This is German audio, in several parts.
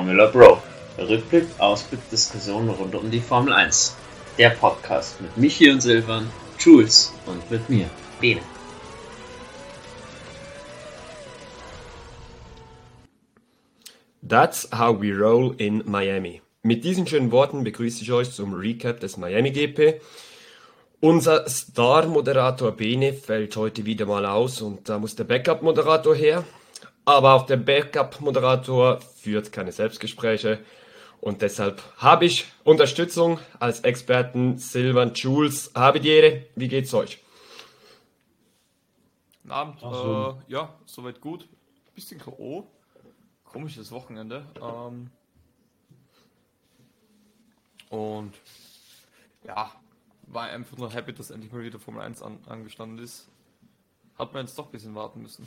Formula Bro. Rückblick, Ausblick, Diskussionen rund um die Formel 1. Der Podcast mit Michi und Silvan, Jules und mit mir, Bene. That's how we roll in Miami. Mit diesen schönen Worten begrüße ich euch zum Recap des Miami GP. Unser Star-Moderator Bene fällt heute wieder mal aus und da muss der Backup-Moderator her. Aber auch der Backup-Moderator führt keine Selbstgespräche und deshalb habe ich Unterstützung als Experten Silvan, Jules. Habe die Ehre, wie geht's euch? Guten Abend, ja, soweit gut. Bisschen K.O. Komisches Wochenende. Und ja, war einfach nur happy, dass endlich mal wieder Formel 1 angestanden ist. Hat man jetzt doch ein bisschen warten müssen.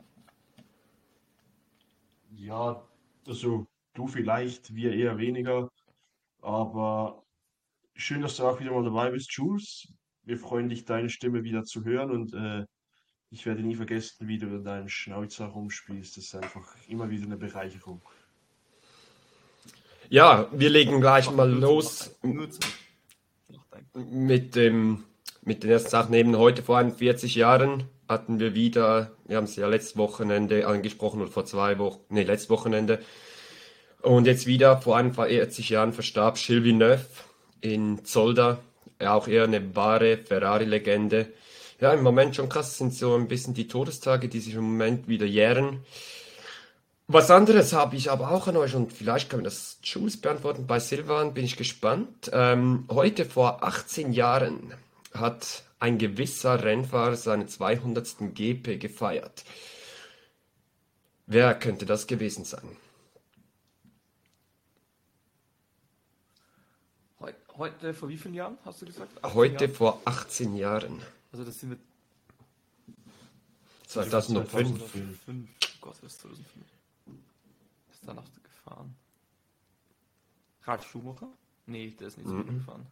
Ja, also du vielleicht, wir eher weniger, aber schön, dass du auch wieder mal dabei bist, Jules. Wir freuen dich, deine Stimme wieder zu hören und ich werde nie vergessen, wie du in deinem Schnauzer rumspielst. Das ist einfach immer wieder eine Bereicherung. Ja, wir legen gleich mal los Nur zum Nachdenken. mit den ersten Sachen. Eben heute vor 41 Jahren hatten wir wieder, wir haben es ja letztes Wochenende angesprochen oder vor 2 Wochen, letztes Wochenende. Und jetzt wieder vor 41 Jahren verstarb Gilles Villeneuve in Zolder. Auch eher eine wahre Ferrari-Legende. Ja, im Moment schon krass, sind so ein bisschen die Todestage, die sich im Moment wieder jähren. Was anderes habe ich aber auch an euch und vielleicht können wir das Jules beantworten. Bei Silvan bin ich gespannt. Heute vor 18 Jahren hat ein gewisser Rennfahrer seinen 200. GP gefeiert. Wer könnte das gewesen sein? Heute, vor wie vielen Jahren hast du gesagt? 18 Heute Jahren? vor 18 Jahren. Also das sind wir 2005. 2005. Oh Gott, das ist 2005. Ist danach gefahren. Ralf Schumacher? Nee, der ist nicht so viel gefahren.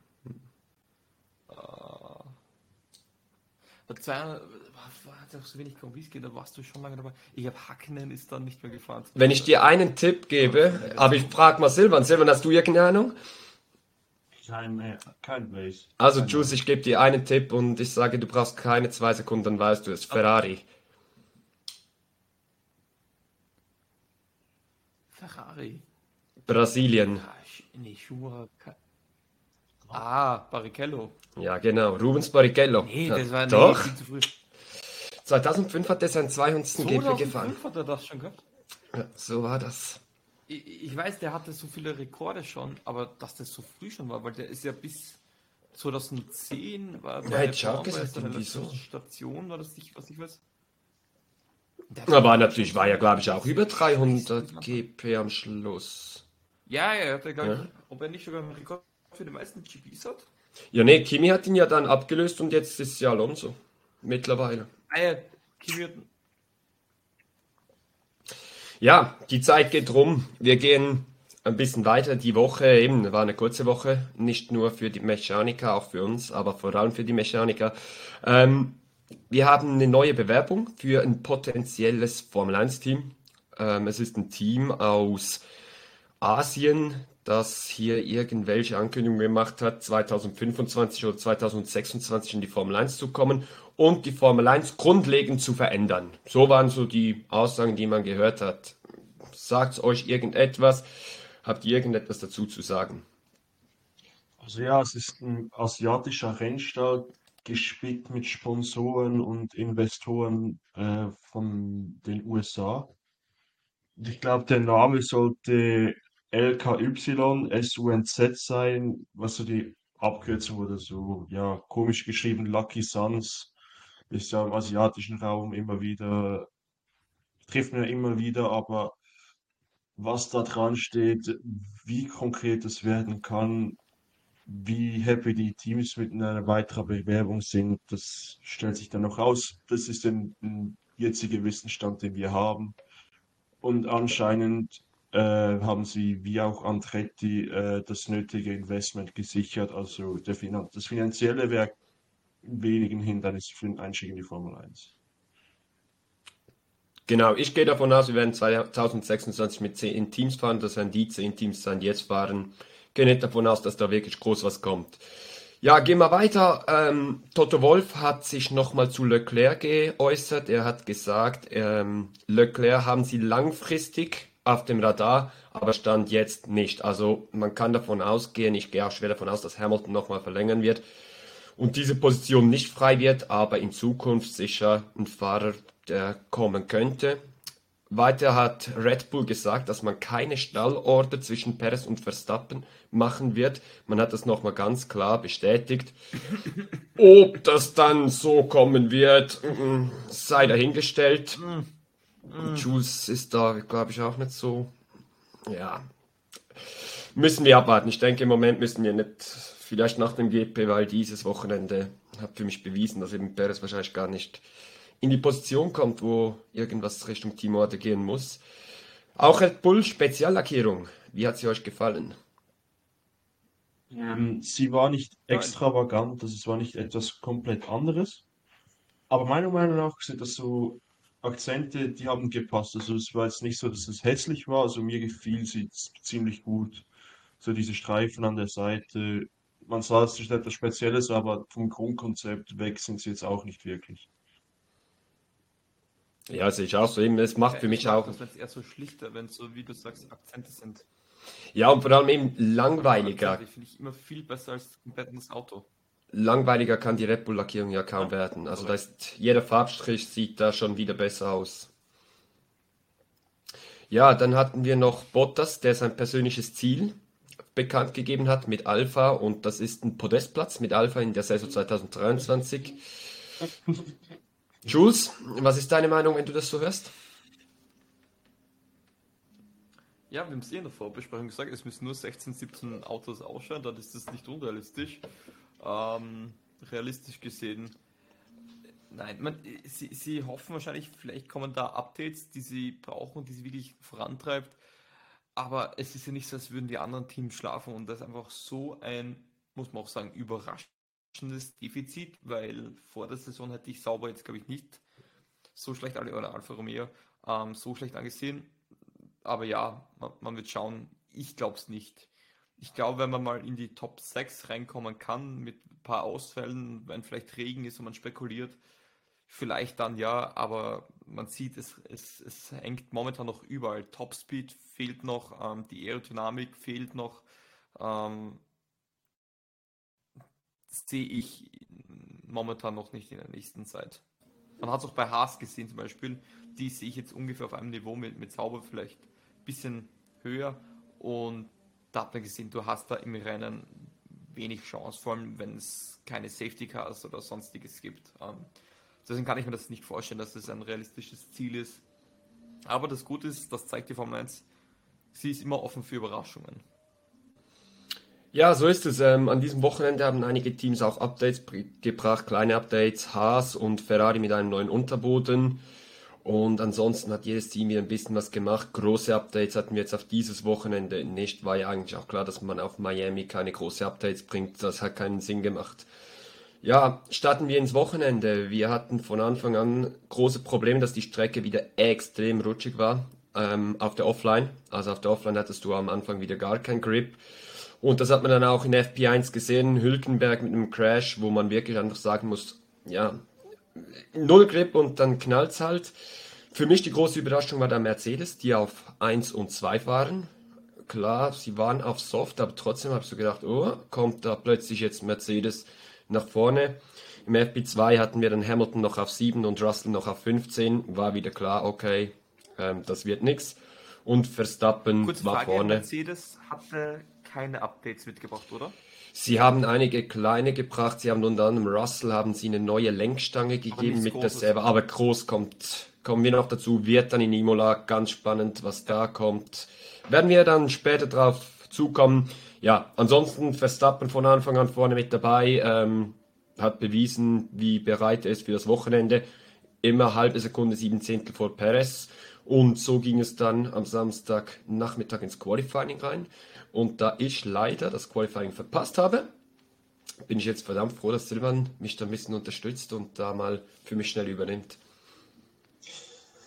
Bei 200 hat auch so wenig Grand Prix, da warst du schon lange dabei. Ich glaube, Hakkinen ist dann nicht mehr gefahren. Wenn ich dir einen Tipp gebe, aber ich frage mal Silvan. Silvan, hast du irgendeine Ahnung? Kein Race. Also Jules, ich gebe dir einen Tipp und ich sage, du brauchst keine 2 Sekunden, dann weißt du es. Ferrari. Ferrari. Brasilien. Nee, Schumacher. Barrichello. Ja, genau. Rubens Barrichello. Nee, das war Doch. viel zu früh. 2005 hat er seinen 200. GP gefahren. 2005 hat er das schon gehabt. Ja, so war das. Ich weiß, der hatte so viele Rekorde schon, aber dass das so früh schon war, weil der ist ja bis 2010 war der hätte ich auch gesagt, irgendwie so. Station, war das nicht, was ich weiß. Aber natürlich war ja, glaube ich, auch über 300 GP am Schluss. Ja, er hat, glaube Ja. ich, ob er nicht sogar einen Rekord für die meisten GPs hat. Ja, nee, Kimi hat ihn ja dann abgelöst und jetzt ist ja Alonso. Mittlerweile. Ja, Kimi hat, Ja, die Zeit geht rum. Wir gehen ein bisschen weiter. Die Woche eben war eine kurze Woche, nicht nur für die Mechaniker, auch für uns, aber vor allem für die Mechaniker. Wir haben eine neue Bewerbung für ein potenzielles Formel-1-Team. Es ist ein Team aus Asien, das hier irgendwelche Ankündigungen gemacht hat, 2025 oder 2026 in die Formel 1 zu kommen und die Formel 1 grundlegend zu verändern. So waren so die Aussagen, die man gehört hat. Sagt euch irgendetwas? Habt ihr irgendetwas dazu zu sagen? Also ja, es ist ein asiatischer Rennstall, gespickt mit Sponsoren und Investoren von den USA. Und ich glaube, der Name sollte LKY sein, was so die Abkürzung oder so, ja, komisch geschrieben, Lucky Suns, ist ja im asiatischen Raum immer wieder, trifft man ja immer wieder, aber was da dran steht, wie konkret es werden kann, wie happy die Teams mit einer weiteren Bewerbung sind, das stellt sich dann noch raus. Das ist ein jetziger Wissensstand, den wir haben. Und anscheinend haben sie, wie auch Andretti, das nötige Investment gesichert. Also das Finanzielle wäre in wenigen Hindernis für den Einstieg in die Formel 1. Genau, ich gehe davon aus, wir werden 2026 mit 10 Teams fahren. Das werden die 10 Teams sein, die jetzt fahren. Gehe nicht davon aus, dass da wirklich groß was kommt. Ja, gehen wir weiter. Toto Wolff hat sich nochmal zu Leclerc geäußert. Er hat gesagt, Leclerc haben sie langfristig auf dem Radar, aber Stand jetzt nicht. Also man kann davon ausgehen, ich gehe auch schwer davon aus, dass Hamilton nochmal verlängern wird und diese Position nicht frei wird, aber in Zukunft sicher ein Fahrer, der kommen könnte. Weiter hat Red Bull gesagt, dass man keine Stallorder zwischen Perez und Verstappen machen wird. Man hat das nochmal ganz klar bestätigt. Ob das dann so kommen wird, sei dahingestellt. Jules ist da, glaube ich, auch nicht so. Ja, müssen wir abwarten. Ich denke, im Moment müssen wir nicht, vielleicht nach dem GP, weil dieses Wochenende hat für mich bewiesen, dass eben Perez wahrscheinlich gar nicht in die Position kommt, wo irgendwas Richtung Teamorder gehen muss. Auch Red Bull Speziallackierung. Wie hat sie euch gefallen? Sie war nicht extravagant, also es war nicht etwas komplett anderes. Aber meiner Meinung nach sind das so Akzente, die haben gepasst. Also es war jetzt nicht so, dass es hässlich war. Also mir gefiel sie ziemlich gut. So diese Streifen an der Seite. Man sah, es ist etwas Spezielles, aber vom Grundkonzept weg sind sie jetzt auch nicht wirklich. Ja, sehe ich auch so. Eben, es macht für Ich mich mag auch. das, wenn es eher so schlichter, wenn es so, wie du sagst, Akzente sind. Ja, und vor allem eben langweiliger. Akzente finde ich immer viel besser als komplett das Auto. Langweiliger kann die Red Bull-Lackierung ja kaum Ja, werden. Also da korrekt. ist jeder Farbstrich sieht da schon wieder besser aus. Ja, dann hatten wir noch Bottas, der sein persönliches Ziel bekannt gegeben hat mit Alpha und das ist ein Podestplatz mit Alpha in der Saison 2023. Jules, was ist deine Meinung, wenn du das so hörst? Ja, wir haben es eh in der Vorbesprechung gesagt, es müssen nur 16, 17 Autos ausschauen, dann ist das nicht unrealistisch. Realistisch gesehen, nein, sie hoffen wahrscheinlich, vielleicht kommen da Updates, die sie brauchen, die sie wirklich vorantreibt. Aber es ist ja nicht so, als würden die anderen Teams schlafen und das ist einfach so ein, muss man auch sagen, überraschendes Defizit, weil vor der Saison hätte ich Sauber jetzt, glaube ich, nicht so schlecht, oder Alfa Romeo, so schlecht angesehen. Aber ja, man wird schauen. Ich glaube es nicht. Ich glaube, wenn man mal in die Top 6 reinkommen kann, mit ein paar Ausfällen, wenn vielleicht Regen ist und man spekuliert, vielleicht dann ja, aber man sieht, es hängt momentan noch überall. Topspeed fehlt noch, die Aerodynamik fehlt noch. Ähm, Das sehe ich momentan noch nicht in der nächsten Zeit. Man hat es auch bei Haas gesehen zum Beispiel, die sehe ich jetzt ungefähr auf einem Niveau mit Sauber vielleicht ein bisschen höher und da hat man gesehen, du hast da im Rennen wenig Chance, vor allem wenn es keine Safety Cars oder sonstiges gibt. Deswegen kann ich mir das nicht vorstellen, dass das ein realistisches Ziel ist. Aber das Gute ist, das zeigt die Formel 1, sie ist immer offen für Überraschungen. Ja, so ist es. An diesem Wochenende haben einige Teams auch Updates gebracht, kleine Updates, Haas und Ferrari mit einem neuen Unterboden. Und ansonsten hat jedes Team wieder ein bisschen was gemacht. Große Updates hatten wir jetzt auf dieses Wochenende nicht. War ja eigentlich auch klar, dass man auf Miami keine große Updates bringt. Das hat keinen Sinn gemacht. Ja, starten wir ins Wochenende. Wir hatten von Anfang an große Probleme, dass die Strecke wieder extrem rutschig war auf der Offline. Also auf der Offline hattest du am Anfang wieder gar keinen Grip. Und das hat man dann auch in FP1 gesehen, Hülkenberg mit einem Crash, wo man wirklich einfach sagen muss, ja, null Grip und dann knallt's halt. Für mich die große Überraschung war der Mercedes, die auf 1 und 2 fahren. Klar, sie waren auf Soft, aber trotzdem habe ich so gedacht, oh, kommt da plötzlich jetzt Mercedes nach vorne. Im FP2 hatten wir dann Hamilton noch auf 7 und Russell noch auf 15. War wieder klar, okay, das wird nix. Und Verstappen Kurze war Frage, vorne. Mercedes hatte keine Updates mitgebracht, oder? Sie haben einige kleine gebracht, sie haben unter anderem Russell, haben sie eine neue Lenkstange gegeben nichts mit Großes. derselben, aber groß kommen wir noch dazu, wird dann in Imola, ganz spannend, was da kommt. Werden wir dann später drauf zukommen. Ja, ansonsten Verstappen von Anfang an vorne mit dabei, hat bewiesen, wie bereit er ist für das Wochenende. Immer halbe Sekunde, 7 Zehntel vor Perez. Und so ging es dann am Samstagnachmittag ins Qualifying rein. Und da ich leider das Qualifying verpasst habe, bin ich jetzt verdammt froh, dass Silvan mich da ein bisschen unterstützt und da mal für mich schnell übernimmt.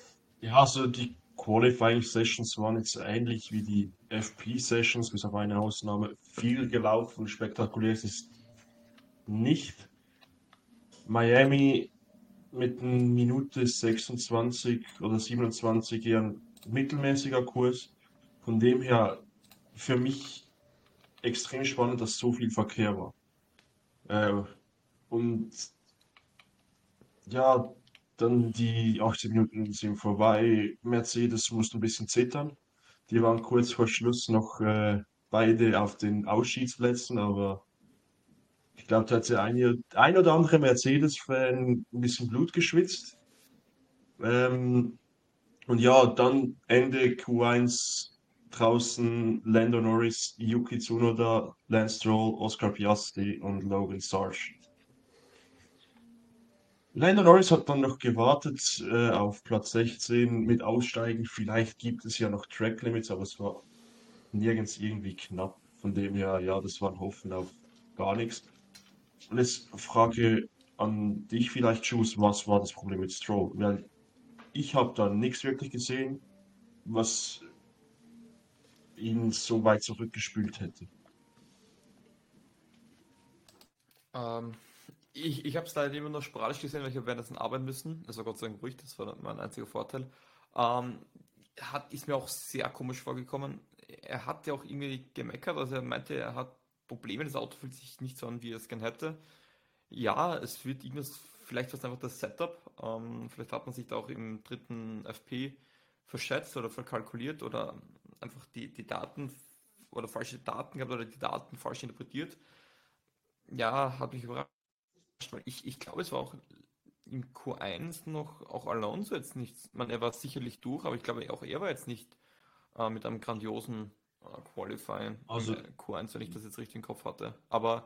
Ja, also die Qualifying Sessions waren jetzt ähnlich wie die FP Sessions, bis auf eine Ausnahme. Viel gelaufen, spektakulär ist es nicht. Miami mit einer Minute 26 oder 27 eher ein mittelmäßiger Kurs. Von dem her für mich extrem spannend, dass so viel Verkehr war. Äh, und ja, dann die 18 Minuten sind vorbei. Mercedes musste ein bisschen zittern. Die waren kurz vor Schluss noch beide auf den Ausstiegsplätzen, aber ich glaube, da hat der ein oder andere Mercedes-Fan ein bisschen Blut geschwitzt. Ähm, und ja, dann Ende Q1 draußen Lando Norris, Yuki Tsunoda, Lance Stroll, Oscar Piastri und Logan Sargent. Lando Norris hat dann noch gewartet auf Platz 16 mit Aussteigen. Vielleicht gibt es ja noch Track Limits, aber es war nirgends irgendwie knapp. Von dem her, ja, das war ein Hoffen auf gar nichts. Und jetzt Frage an dich vielleicht, Jules, was war das Problem mit Stroll? Weil ich habe da nichts wirklich gesehen, was ihn so weit zurückgespült hätte. Ähm, ich habe es leider immer nur sporadisch gesehen, weil ich habe währenddessen arbeiten müssen. Das war Gott sei Dank ruhig, das war mein einziger Vorteil. Ähm, ist mir auch sehr komisch vorgekommen. Er hat ja auch irgendwie gemeckert, also er meinte, er hat Probleme, das Auto fühlt sich nicht so an, wie er es gern hätte. Ja, es wird irgendwas, vielleicht war es einfach das Setup. Vielleicht hat man sich da auch im dritten FP verschätzt oder verkalkuliert oder einfach die Daten oder falsche Daten gehabt oder die Daten falsch interpretiert. Ja, hat mich überrascht, weil ich glaube, es war auch im Q1 noch auch Alonso jetzt nicht. Man, er war sicherlich durch, aber ich glaube auch er war jetzt nicht mit einem grandiosen Qualifying im Also Q1, wenn ich das jetzt richtig im Kopf hatte. Aber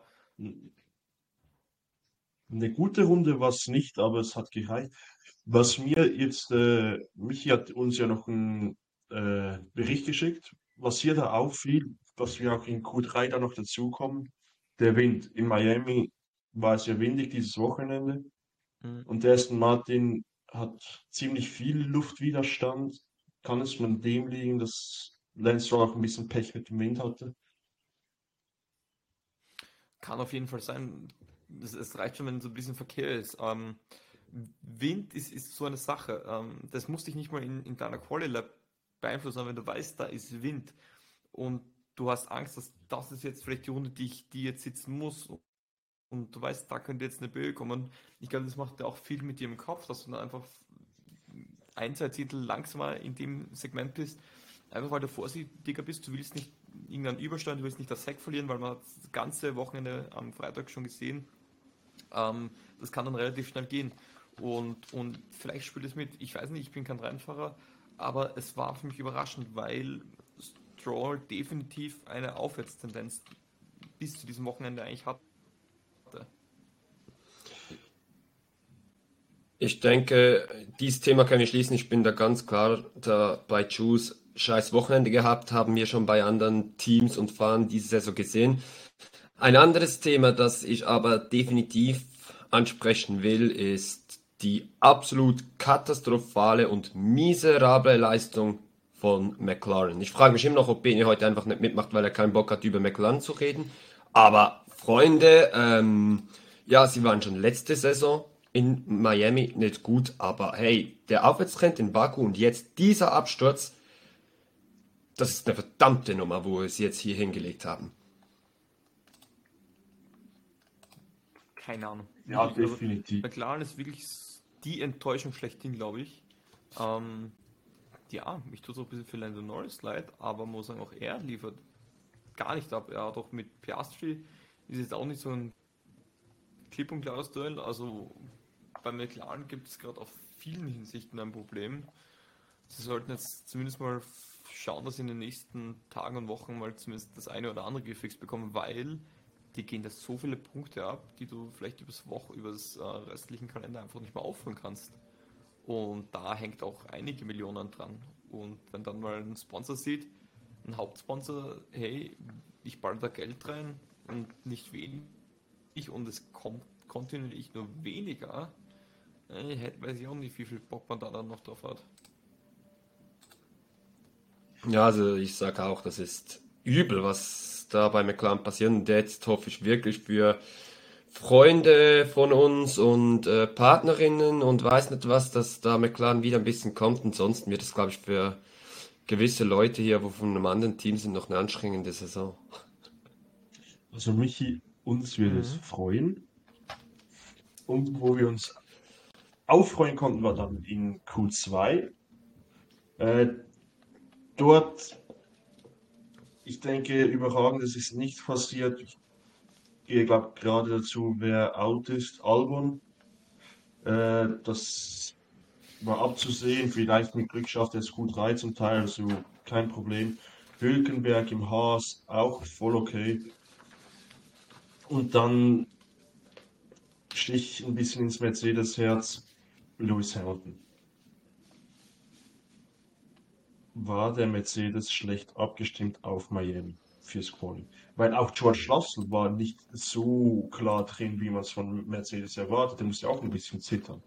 eine gute Runde war es nicht, aber es hat gereicht. Was mir jetzt, Michi hat uns ja noch einen Bericht geschickt, was hier da auffiel, was wir auch in Q3 da noch dazukommen, der Wind. In Miami war es ja windig dieses Wochenende mh, und der Aston Martin hat ziemlich viel Luftwiderstand. Kann es von dem liegen, dass Lance Stroll auch ein bisschen Pech mit dem Wind hatte? kann auf jeden Fall sein. Es reicht schon, wenn so ein bisschen Verkehr ist. Wind ist so eine Sache. Das muss dich nicht mal in deiner Quali Lab beeinflussen, aber wenn du weißt, da ist Wind und du hast Angst, dass das ist jetzt vielleicht die Runde, die jetzt sitzen muss und du weißt, da könnte jetzt eine Böe kommen. Ich glaube, das macht ja auch viel mit dir im Kopf, dass du dann einfach ein, zwei Zehntel langsamer in dem Segment bist, einfach weil du vorsichtiger bist, du willst nicht irgendeinen Überstand, du willst nicht das Heck verlieren, weil man hat das ganze Wochenende am Freitag schon gesehen. Das kann dann relativ schnell gehen. Und vielleicht spielt es mit, ich weiß nicht, ich bin kein Rennfahrer, aber es war für mich überraschend, weil Stroll definitiv eine Aufwärtstendenz bis zu diesem Wochenende eigentlich hatte. Ich denke, dieses Thema können wir schließen. Ich bin da ganz klar da bei Juice. Scheiß Wochenende gehabt, haben wir schon bei anderen Teams und Fahrern diese Saison gesehen. Ein anderes Thema, das ich aber definitiv ansprechen will, ist die absolut katastrophale und miserable Leistung von McLaren. Ich frage mich immer noch, ob Bene heute einfach nicht mitmacht, weil er keinen Bock hat, über McLaren zu reden. Aber Freunde, ja, sie waren schon letzte Saison in Miami nicht gut, aber hey, der Aufwärtstrend in Baku und jetzt dieser Absturz, das ist eine verdammte Nummer, wo wir sie jetzt hier hingelegt haben. Keine Ahnung. Ja, Wirklich, also definitiv. McLaren ist wirklich die Enttäuschung schlechthin, glaube ich. Ähm, ja, mich tut es auch ein bisschen für Lando Norris leid, aber man muss sagen, auch er liefert gar nicht ab. Er hat auch mit Piastri ist jetzt auch nicht so ein klipp und klares Duell. Also bei McLaren gibt es gerade auf vielen Hinsichten ein Problem. Sie sollten jetzt zumindest mal schauen, dass sie in den nächsten Tagen und Wochen mal zumindest das eine oder andere gefixt bekommen, weil die gehen da so viele Punkte ab, die du vielleicht übers restlichen Kalender einfach nicht mehr aufholen kannst. Und da hängt auch einige Millionen dran. Und wenn dann mal ein Sponsor sieht, ein Hauptsponsor, hey, ich baller da Geld rein und nicht wenig und es kommt kontinuierlich nur weniger, weiß ich auch nicht, wie viel Bock man da dann noch drauf hat. Ja, also ich sage auch, das ist übel, was da bei McLaren passiert. Und jetzt hoffe ich wirklich für Freunde von uns und Partnerinnen und weiß nicht was, dass da McLaren wieder ein bisschen kommt. Ansonsten wird es, glaube ich, für gewisse Leute hier, wo von einem anderen Team sind, noch eine anstrengende Saison. Also Michi, uns würde es Mhm. freuen. Und wo wir uns auffreuen konnten, war dann in Q2. Äh, dort, ich denke, Überragendes ist nicht passiert. Ich glaube gerade dazu, wer out ist, Albon. Das war abzusehen. Vielleicht mit Glück schafft er es Q3 zum Teil, also kein Problem. Hülkenberg im Haas auch voll okay. Und dann stich ein bisschen ins Mercedes-Herz Lewis Hamilton. War der Mercedes schlecht abgestimmt auf Miami fürs Quali? Weil auch George Russell war nicht so klar drin, wie man es von Mercedes erwartet. Der musste auch ein bisschen zittern.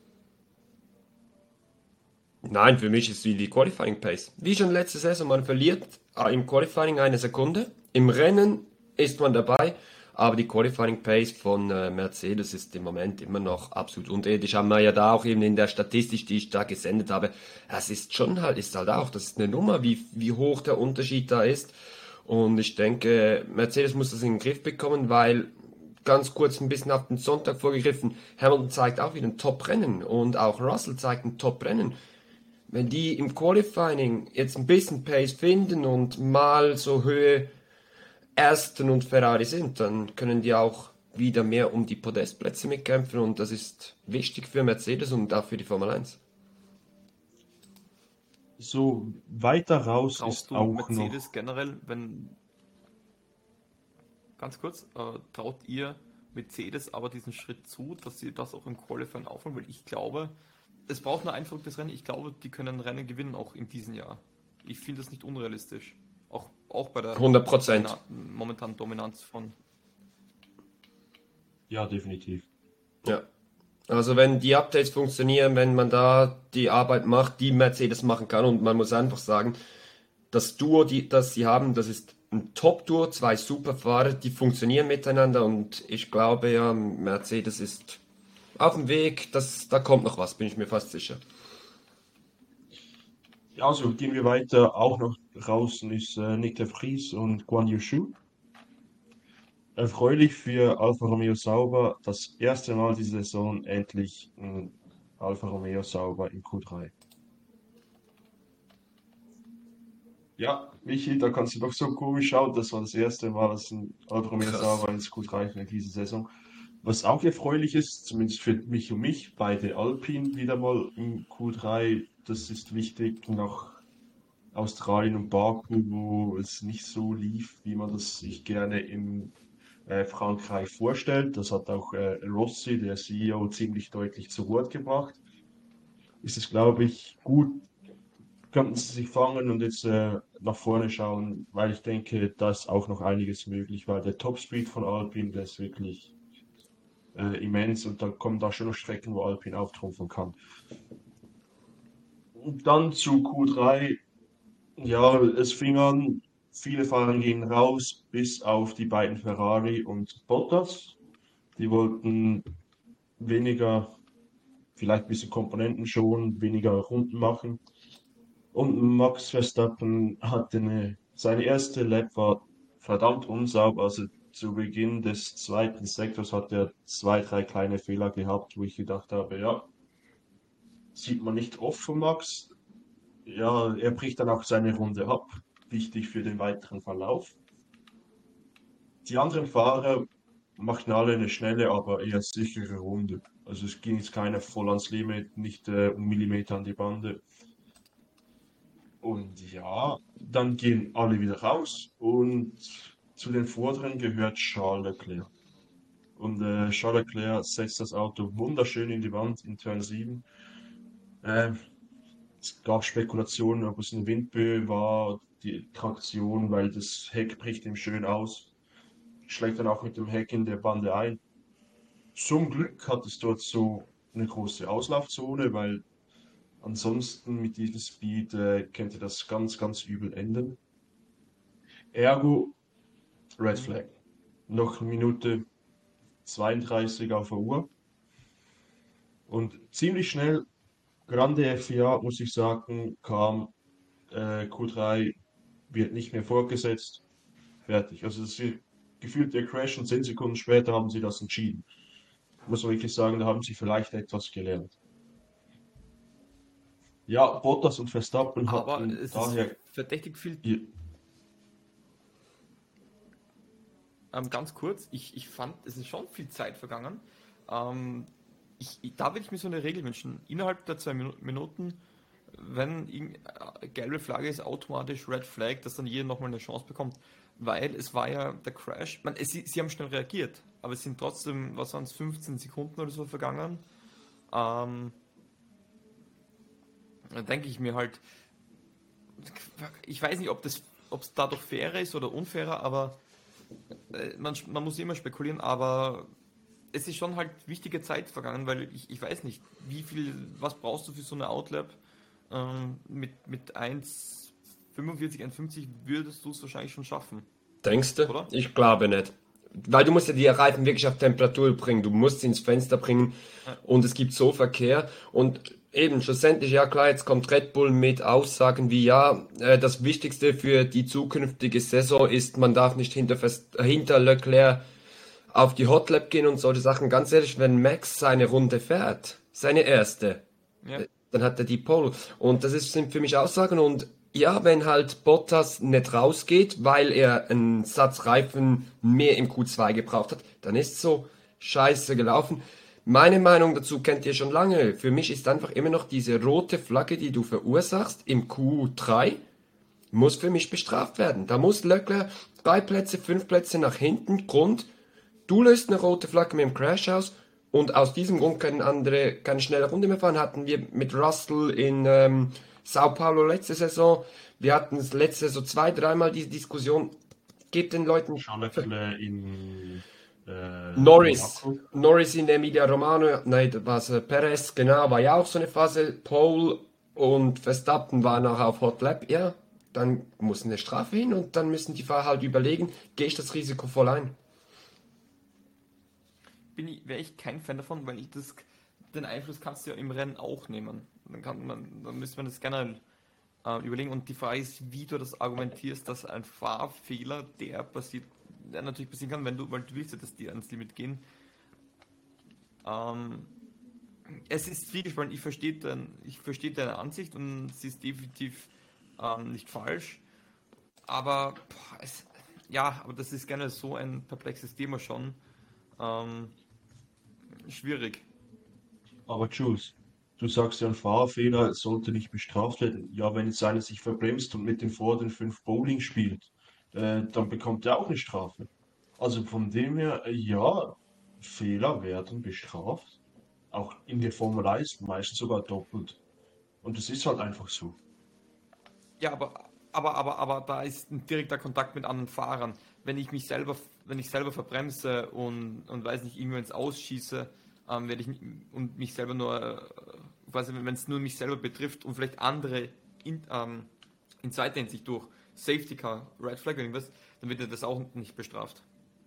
Nein, für mich ist es wie die Qualifying Pace. Wie schon letzte Saison, man verliert im Qualifying eine Sekunde. Im Rennen ist man dabei, aber die Qualifying Pace von Mercedes ist im Moment immer noch absolut unterirdisch. Haben wir ja da auch eben in der Statistik, die ich da gesendet habe. Es ist schon halt, ist halt auch, das ist eine Nummer, wie hoch der Unterschied da ist. Und ich denke, Mercedes muss das in den Griff bekommen, weil ganz kurz ein bisschen auf den Sonntag vorgegriffen, Hamilton zeigt auch wieder ein Top-Rennen und auch Russell zeigt ein Top-Rennen. Wenn die im Qualifying jetzt ein bisschen Pace finden und mal so Höhe Aston und Ferrari sind, dann können die auch wieder mehr um die Podestplätze mitkämpfen und das ist wichtig für Mercedes und auch für die Formel 1. So weiter raus Traust ist du auch noch, Mercedes generell, wenn, ganz kurz, traut ihr Mercedes aber diesen Schritt zu, dass sie das auch im Qualifying aufholen? Weil ich glaube, es braucht nur ein verrücktes Rennen. Ich glaube, die können Rennen gewinnen, auch in diesem Jahr. Ich finde das nicht unrealistisch. Auch bei der 100%. momentanen Dominanz von. ja, definitiv. Ja. Also wenn die Updates funktionieren, wenn man da die Arbeit macht, die Mercedes machen kann und man muss einfach sagen, das Duo, das sie haben, das ist ein Top-Duo, zwei Superfahrer, die funktionieren miteinander und ich glaube ja, Mercedes ist auf dem Weg, da kommt noch was, bin ich mir fast sicher. Ja, also gehen wir weiter. Auch noch draußen ist Nick de Vries und Guan Yu Zhou. Erfreulich für Alfa Romeo Sauber. Das erste Mal diese Saison endlich ein Alfa Romeo Sauber in Q3. Ja, Michi, da kannst du doch so komisch schauen. Das war das erste Mal, dass ein Alfa Romeo Krass. Sauber ins Q3 in dieser Saison. Was auch erfreulich ist, zumindest für mich und mich, beide Alpine wieder mal im Q3. Das ist wichtig nach Australien und Baku, wo es nicht so lief, wie man das sich gerne in Frankreich vorstellt. Das hat auch Rossi, der CEO, ziemlich deutlich zu Wort gebracht. Ist es, glaube ich, gut, könnten sie sich fangen und jetzt nach vorne schauen, weil ich denke, da ist auch noch einiges möglich, weil der Topspeed von Alpine, der ist wirklich immens und dann kommen da schon noch Strecken, wo Alpine auftrumpfen kann. Und dann zu Q3, ja, es fing an, viele Fahrer gingen raus, bis auf die beiden Ferrari und Bottas. Die wollten weniger, vielleicht ein bisschen Komponenten schonen, weniger Runden machen. Und Max Verstappen hatte seine erste Lap war verdammt unsauber. Also zu Beginn des zweiten Sektors hat er zwei, drei kleine Fehler gehabt, wo ich gedacht habe, ja, sieht man nicht oft von Max. Ja, er bricht dann auch seine Runde ab. Wichtig für den weiteren Verlauf. Die anderen Fahrer machten alle eine schnelle, aber eher sichere Runde. Also es ging jetzt keiner voll ans Limit, nicht um Millimeter an die Bande. Und ja, dann gehen alle wieder raus und zu den Vorderen gehört Charles Leclerc. Und Charles Leclerc setzt das Auto wunderschön in die Wand in Turn 7. Äh, Es gab Spekulationen, ob es eine Windböe war, die Traktion, weil das Heck bricht ihm schön aus, schlägt dann auch mit dem Heck in der Bande ein. Zum Glück hat es dort so eine große Auslaufzone, weil Ansonsten mit diesem Speed könnte das ganz, ganz übel enden. Ergo, Red Flag. Noch eine Minute 32 auf der Uhr. Und ziemlich schnell, Grande FIA, muss ich sagen, kam Q3, wird nicht mehr fortgesetzt. Fertig. Also das ist gefühlt der Crash und 10 Sekunden später haben sie das entschieden. Muss man wirklich sagen, da haben sie vielleicht etwas gelernt. Ja, Bottas und Verstappen Aber hatten es ist daher, verdächtig viel. Ganz kurz, ich fand, es ist schon viel Zeit vergangen. Da würde ich mir so eine Regel wünschen. Innerhalb der 2 Minuten, wenn gelbe Flagge ist, automatisch Red Flag, dass dann jeder nochmal eine Chance bekommt. Weil es war ja der Crash. Sie haben schnell reagiert, aber es sind trotzdem, was waren es, 15 Sekunden oder so vergangen. Da denke ich mir halt, ich weiß nicht, ob es dadurch fairer ist oder unfairer, aber man muss immer spekulieren, aber es ist schon halt wichtige Zeit vergangen, weil ich weiß nicht, was brauchst du für so eine Outlap? Mit 1,45, 1,50 würdest du es wahrscheinlich schon schaffen, Denkst du? oder? Ich glaube nicht. Weil du musst ja die Reifen wirklich auf Temperatur bringen, du musst sie ins Fenster bringen Ja. und es gibt so Verkehr und eben schlussendlich, ja klar, jetzt kommt Red Bull mit Aussagen wie, ja, das Wichtigste für die zukünftige Saison ist, man darf nicht hinter Leclerc auf die Hotlap gehen und solche Sachen. Ganz ehrlich, wenn Max seine Runde fährt, seine erste, Ja. dann hat er die Pole. Und sind für mich Aussagen. Und ja, wenn halt Bottas nicht rausgeht, weil er einen Satz Reifen mehr im Q2 gebraucht hat, dann ist so scheiße gelaufen. Meine Meinung dazu kennt ihr schon lange. Für mich ist einfach immer noch diese rote Flagge, die du verursachst im Q3, muss für mich bestraft werden. Da muss Leclerc 3 Plätze, 5 Plätze nach hinten. Grund, du löst eine rote Flagge mit dem Crash aus und aus diesem Grund können andere keine schnelle Runde mehr fahren. Hatten wir mit Russell in Sao Paulo letzte Saison. Wir hatten es letzte Saison 2-3 Mal diese Diskussion. Gebt den Leuten Charles Leclerc in Norris. Monaco. Norris in Emilia Romagna. Nein, das war Perez, genau, war ja auch so eine Phase. Pole und Verstappen waren auch auf Hot Lap. Ja, dann muss eine Strafe hin und dann müssen die Fahrer halt überlegen, gehe ich das Risiko voll ein. Wäre ich kein Fan davon, weil den Einfluss kannst du ja im Rennen auch nehmen. Dann müsste man das generell überlegen. Und die Frage ist, wie du das argumentierst, dass ein Fahrfehler, der natürlich passieren kann, weil du willst ja, dass die ans Limit gehen. Es ist zwiegespalten. Ich verstehe deine Ansicht und sie ist definitiv nicht falsch. Aber aber das ist generell so ein perplexes Thema schon. Schwierig. Aber Jules, du sagst ja, ein Fahrerfehler sollte nicht bestraft werden. Ja, wenn jetzt einer sich verbremst und mit den vorderen 5 Bowling spielt, dann bekommt er auch eine Strafe. Also von dem her, ja, Fehler werden bestraft. Auch in der Formel 1 meistens sogar doppelt. Und es ist halt einfach so. Ja, aber da ist ein direkter Kontakt mit anderen Fahrern. Wenn ich selber verbremse und weiß nicht, irgendwo ins Ausschieße, werde ich und mich selber nur, quasi, wenn es nur mich selber betrifft und vielleicht andere in zweiter Hinsicht durch Safety Car, Red Flag oder irgendwas, dann wird ja das auch nicht bestraft.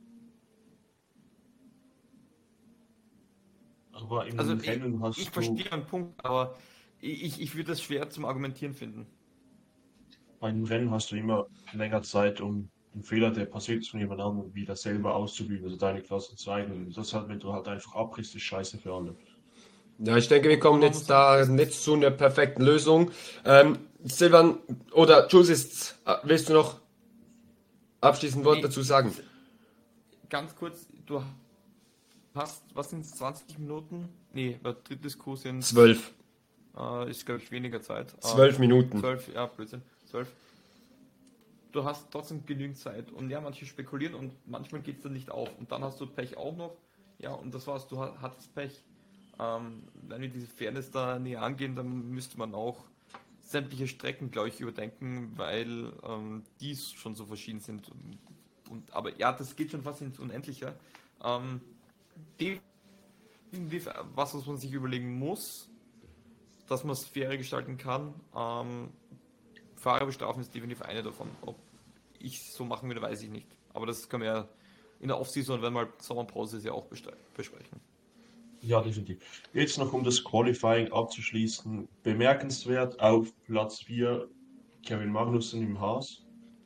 Aber im Also Rennen ich hast du, verstehe einen Punkt, aber ich würde das schwer zum Argumentieren finden. bei einem Rennen hast du immer länger Zeit, um einen Fehler, der passiert ist von jemand anderem, wieder selber auszubügeln, also deine Klasse zu zeigen. Und das halt, wenn du halt einfach abbrichst, ist scheiße für alle. Ja, ich denke, wir Und kommen man muss jetzt sagen, da nicht zu einer perfekten Lösung. Silvan oder Jules, willst du noch abschließend Wort Nee, dazu sagen? ganz kurz, du hast, was sind es, 20 Minuten? Nee, bei drittes Kurs sind 12. ist, glaube ich, weniger Zeit. 12 Minuten. 12, ja, Blödsinn, 12. Du hast trotzdem genügend Zeit. Und ja, manche spekulieren und manchmal geht es dann nicht auf. Und dann hast du Pech auch noch. Ja, und das war's, du hattest Pech. Wenn wir diese Fairness da näher angehen, dann müsste man auch sämtliche Strecken, glaube ich, überdenken, weil die schon so verschieden sind. Aber ja, das geht schon fast ins Unendliche. Definitiv was man sich überlegen muss, dass man es fairer gestalten kann. Fahrer bestrafen ist definitiv eine davon. Ob ich so machen würde, weiß ich nicht. Aber das können wir ja in der Offseason, wenn mal Sommerpause ist, ja auch besprechen. Ja, definitiv. Jetzt noch um das Qualifying abzuschließen. Bemerkenswert auf Platz 4 Kevin Magnussen im Haas.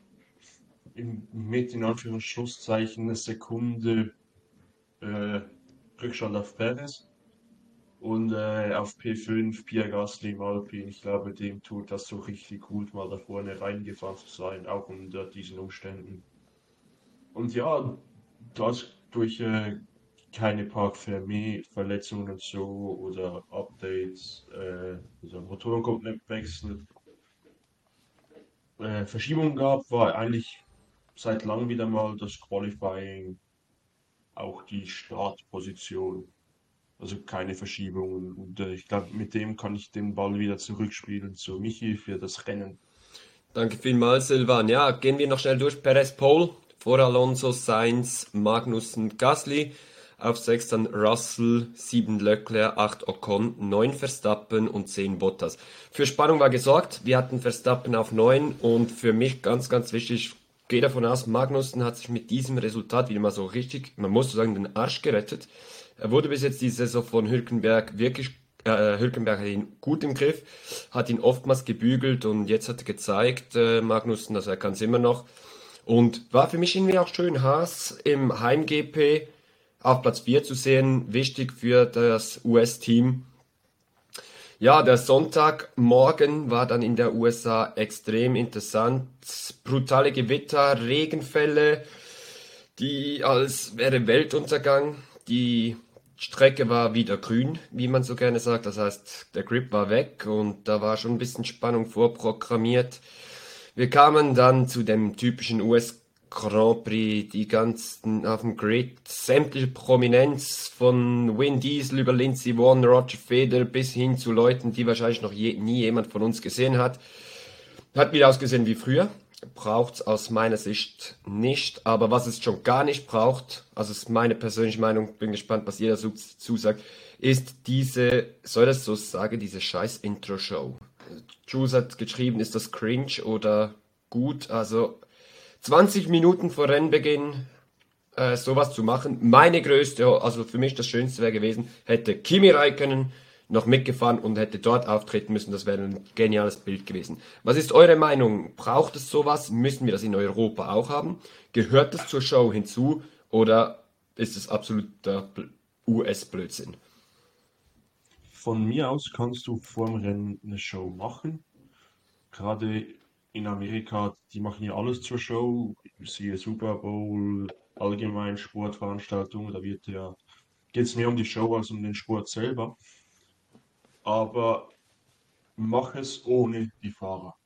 Mit in Anführungszeichen eine Sekunde äh, Rückstand auf Perez. Und auf P5 Pierre Gasly im Alpine. Ich glaube, dem tut das so richtig gut, mal da vorne reingefahren zu sein, auch unter diesen Umständen. Und ja, das durch keine Parc-Fermé-Verletzungen und so oder Updates, also Motorenkomponentenwechsel, Verschiebungen gab, war eigentlich seit langem wieder mal das Qualifying auch die Startposition. Also keine Verschiebungen. Und ich glaube, mit dem kann ich den Ball wieder zurückspielen zu Michi für das Rennen. Danke vielmals, Silvan. Ja, gehen wir noch schnell durch. Perez Pole, vor Alonso, Sainz, Magnussen, Gasly. Auf 6 dann Russell, 7 Leclerc, 8 Ocon, 9 Verstappen und 10 Bottas. Für Spannung war gesorgt. Wir hatten Verstappen auf 9 und für mich ganz, ganz wichtig, ich gehe davon aus, Magnussen hat sich mit diesem Resultat wieder mal so richtig, man muss so sagen, den Arsch gerettet. Er wurde bis jetzt die Saison von Hülkenberg wirklich, Hülkenberg hat ihn gut im Griff, hat ihn oftmals gebügelt und jetzt hat er gezeigt, Magnussen, dass er kann es immer noch. Und war für mich irgendwie auch schön, Haas im Heim-GP auf Platz 4 zu sehen, wichtig für das US-Team. Ja, der Sonntagmorgen war dann in der USA extrem interessant. Brutale Gewitter, Regenfälle, die als wäre Weltuntergang. Die Strecke war wieder grün, wie man so gerne sagt. Das heißt, der Grip war weg und da war schon ein bisschen Spannung vorprogrammiert. Wir kamen dann zu dem typischen US Grand Prix, die ganzen auf dem Grid, sämtliche Prominenz von Vin Diesel über Lindsey Vonn, Roger Federer bis hin zu Leuten, die wahrscheinlich noch nie jemand von uns gesehen hat. Hat wieder ausgesehen wie früher. Braucht es aus meiner Sicht nicht. Aber was es schon gar nicht braucht, also ist meine persönliche Meinung, bin gespannt, was ihr dazu zusagt, ist diese, soll das so sagen, diese scheiß Intro-Show. Jules hat geschrieben, ist das cringe oder gut? Also 20 Minuten vor Rennbeginn sowas zu machen. Meine größte, also für mich das Schönste wäre gewesen, hätte Kimi Räikkönen noch mitgefahren und hätte dort auftreten müssen. Das wäre ein geniales Bild gewesen. Was ist eure Meinung? Braucht es sowas? Müssen wir das in Europa auch haben? Gehört es zur Show hinzu oder ist es absoluter US-Blödsinn? Von mir aus kannst du vorm Rennen eine Show machen. Gerade in Amerika, die machen ja alles zur Show. Siehe Super Bowl, allgemein Sportveranstaltungen, da geht es mehr um die Show als um den Sport selber. Aber mach es ohne die Fahrer.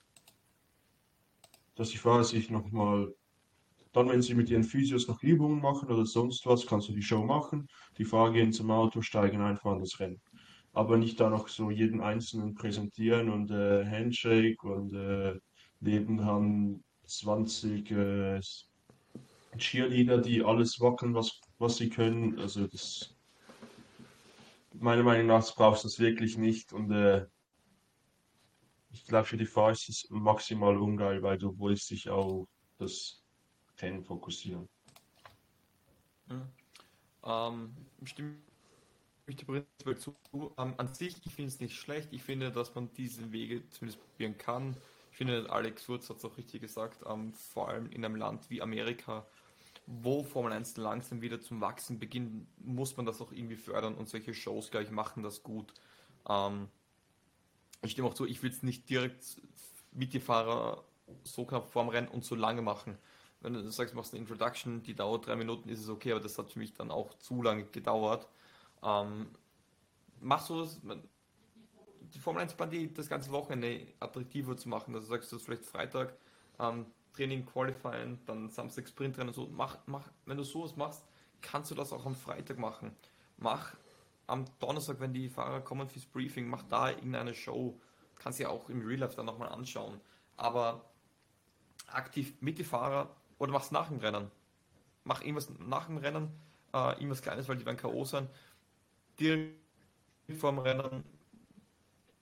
Dass die Fahrer sich nochmal, dann wenn sie mit ihren Physios noch Übungen machen oder sonst was, kannst du die Show machen. Die Fahrer gehen zum Auto, steigen ein, fahren das Rennen. Aber nicht da noch so jeden Einzelnen präsentieren und Handshake und nebenan 20 Cheerleader, die alles wackeln, was sie können. Also das, meiner Meinung nach brauchst du das wirklich nicht und ich glaube, für die Fahrer ist es maximal ungeil, weil du willst dich auf das Rennen fokussieren. Stimme ich dir prinzipiell zu. An sich, ich finde es nicht schlecht. Ich finde, dass man diese Wege zumindest probieren kann. Ich finde, Alex Wurz hat es auch richtig gesagt, vor allem in einem Land wie Amerika, wo Formel 1 langsam wieder zum Wachsen beginnt, muss man das auch irgendwie fördern und solche Shows, glaube ich, machen das gut. Ich stimme auch zu, ich will es nicht direkt mit die Fahrer so knapp vorm Rennen und so lange machen. Wenn du sagst, du machst eine Introduction, die dauert 3 Minuten, ist es okay, aber das hat für mich dann auch zu lange gedauert. Machst du das, die Formel 1 Bahn, die das ganze Wochenende attraktiver zu machen, also sagst du das vielleicht Freitag, Training, Qualifying, dann Samstag Sprintrennen und so, wenn du sowas machst, kannst du das auch am Freitag machen. Mach am Donnerstag, wenn die Fahrer kommen fürs Briefing, mach da irgendeine Show, kannst ja auch im Real Life dann nochmal anschauen, aber aktiv mit die Fahrer oder mach's nach dem Rennen. Mach irgendwas nach dem Rennen, irgendwas Kleines, weil die werden K.O. sein, direkt vor dem Rennen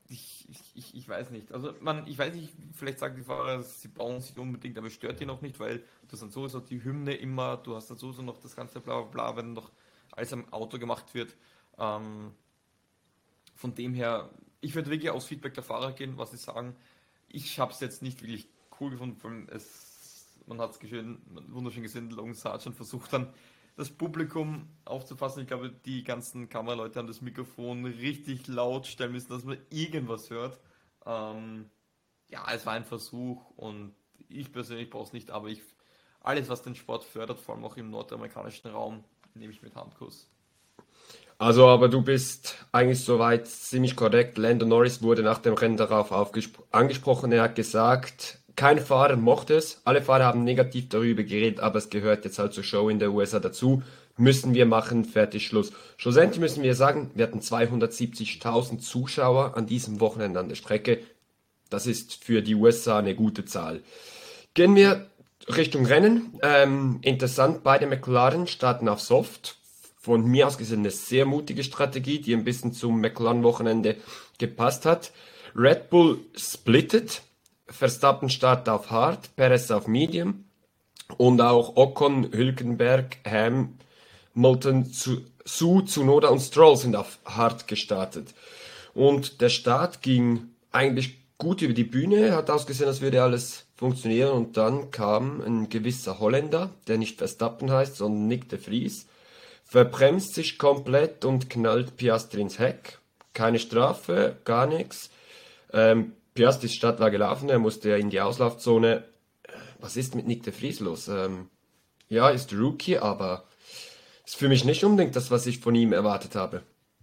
ich weiß nicht. Also ich weiß nicht, vielleicht sagen die Fahrer, sie brauchen sich unbedingt, aber stört die noch nicht, weil du hast dann sowieso die Hymne immer, du hast dann sowieso noch das ganze bla bla bla, wenn noch alles am Auto gemacht wird. Ähm, von dem her, ich würde wirklich aufs Feedback der Fahrer gehen, was sie sagen. Ich habe es jetzt nicht wirklich cool gefunden, vor allem man hat es wunderschön gesehen, Logan Sargent versucht dann das Publikum aufzufassen. Ich glaube, die ganzen Kameraleute haben das Mikrofon richtig laut stellen müssen, dass man irgendwas hört. Ja, es war ein Versuch und ich persönlich brauche es nicht, aber alles, was den Sport fördert, vor allem auch im nordamerikanischen Raum, nehme ich mit Handkuss. Also, aber du bist eigentlich soweit ziemlich korrekt. Lando Norris wurde nach dem Rennen darauf angesprochen. Er hat gesagt, kein Fahrer mochte es. Alle Fahrer haben negativ darüber geredet, aber es gehört jetzt halt zur Show in der USA dazu. Müssen wir machen, fertig, Schluss. Schlussendlich müssen wir sagen, wir hatten 270.000 Zuschauer an diesem Wochenende an der Strecke. Das ist für die USA eine gute Zahl. Gehen wir Richtung Rennen. Interessant, beide McLaren starten auf Soft. Von mir aus gesehen eine sehr mutige Strategie, die ein bisschen zum McLaren-Wochenende gepasst hat. Red Bull splittet. Verstappen startet auf Hard, Perez auf Medium. Und auch Ocon, Hülkenberg, Hamilton, Tsunoda und Stroll sind auf Hard gestartet. Und der Start ging eigentlich gut über die Bühne, hat ausgesehen, als würde alles funktionieren. Und dann kam ein gewisser Holländer, der nicht Verstappen heißt, sondern Nick de Vries, verbremst sich komplett und knallt Piastri ins Heck. Keine Strafe, gar nichts. Piastris Start war gelaufen, er musste in die Auslaufzone. Was ist mit Nick de Vries los? Ja, ist Rookie, aber ist für mich nicht unbedingt das, was ich von ihm erwartet habe.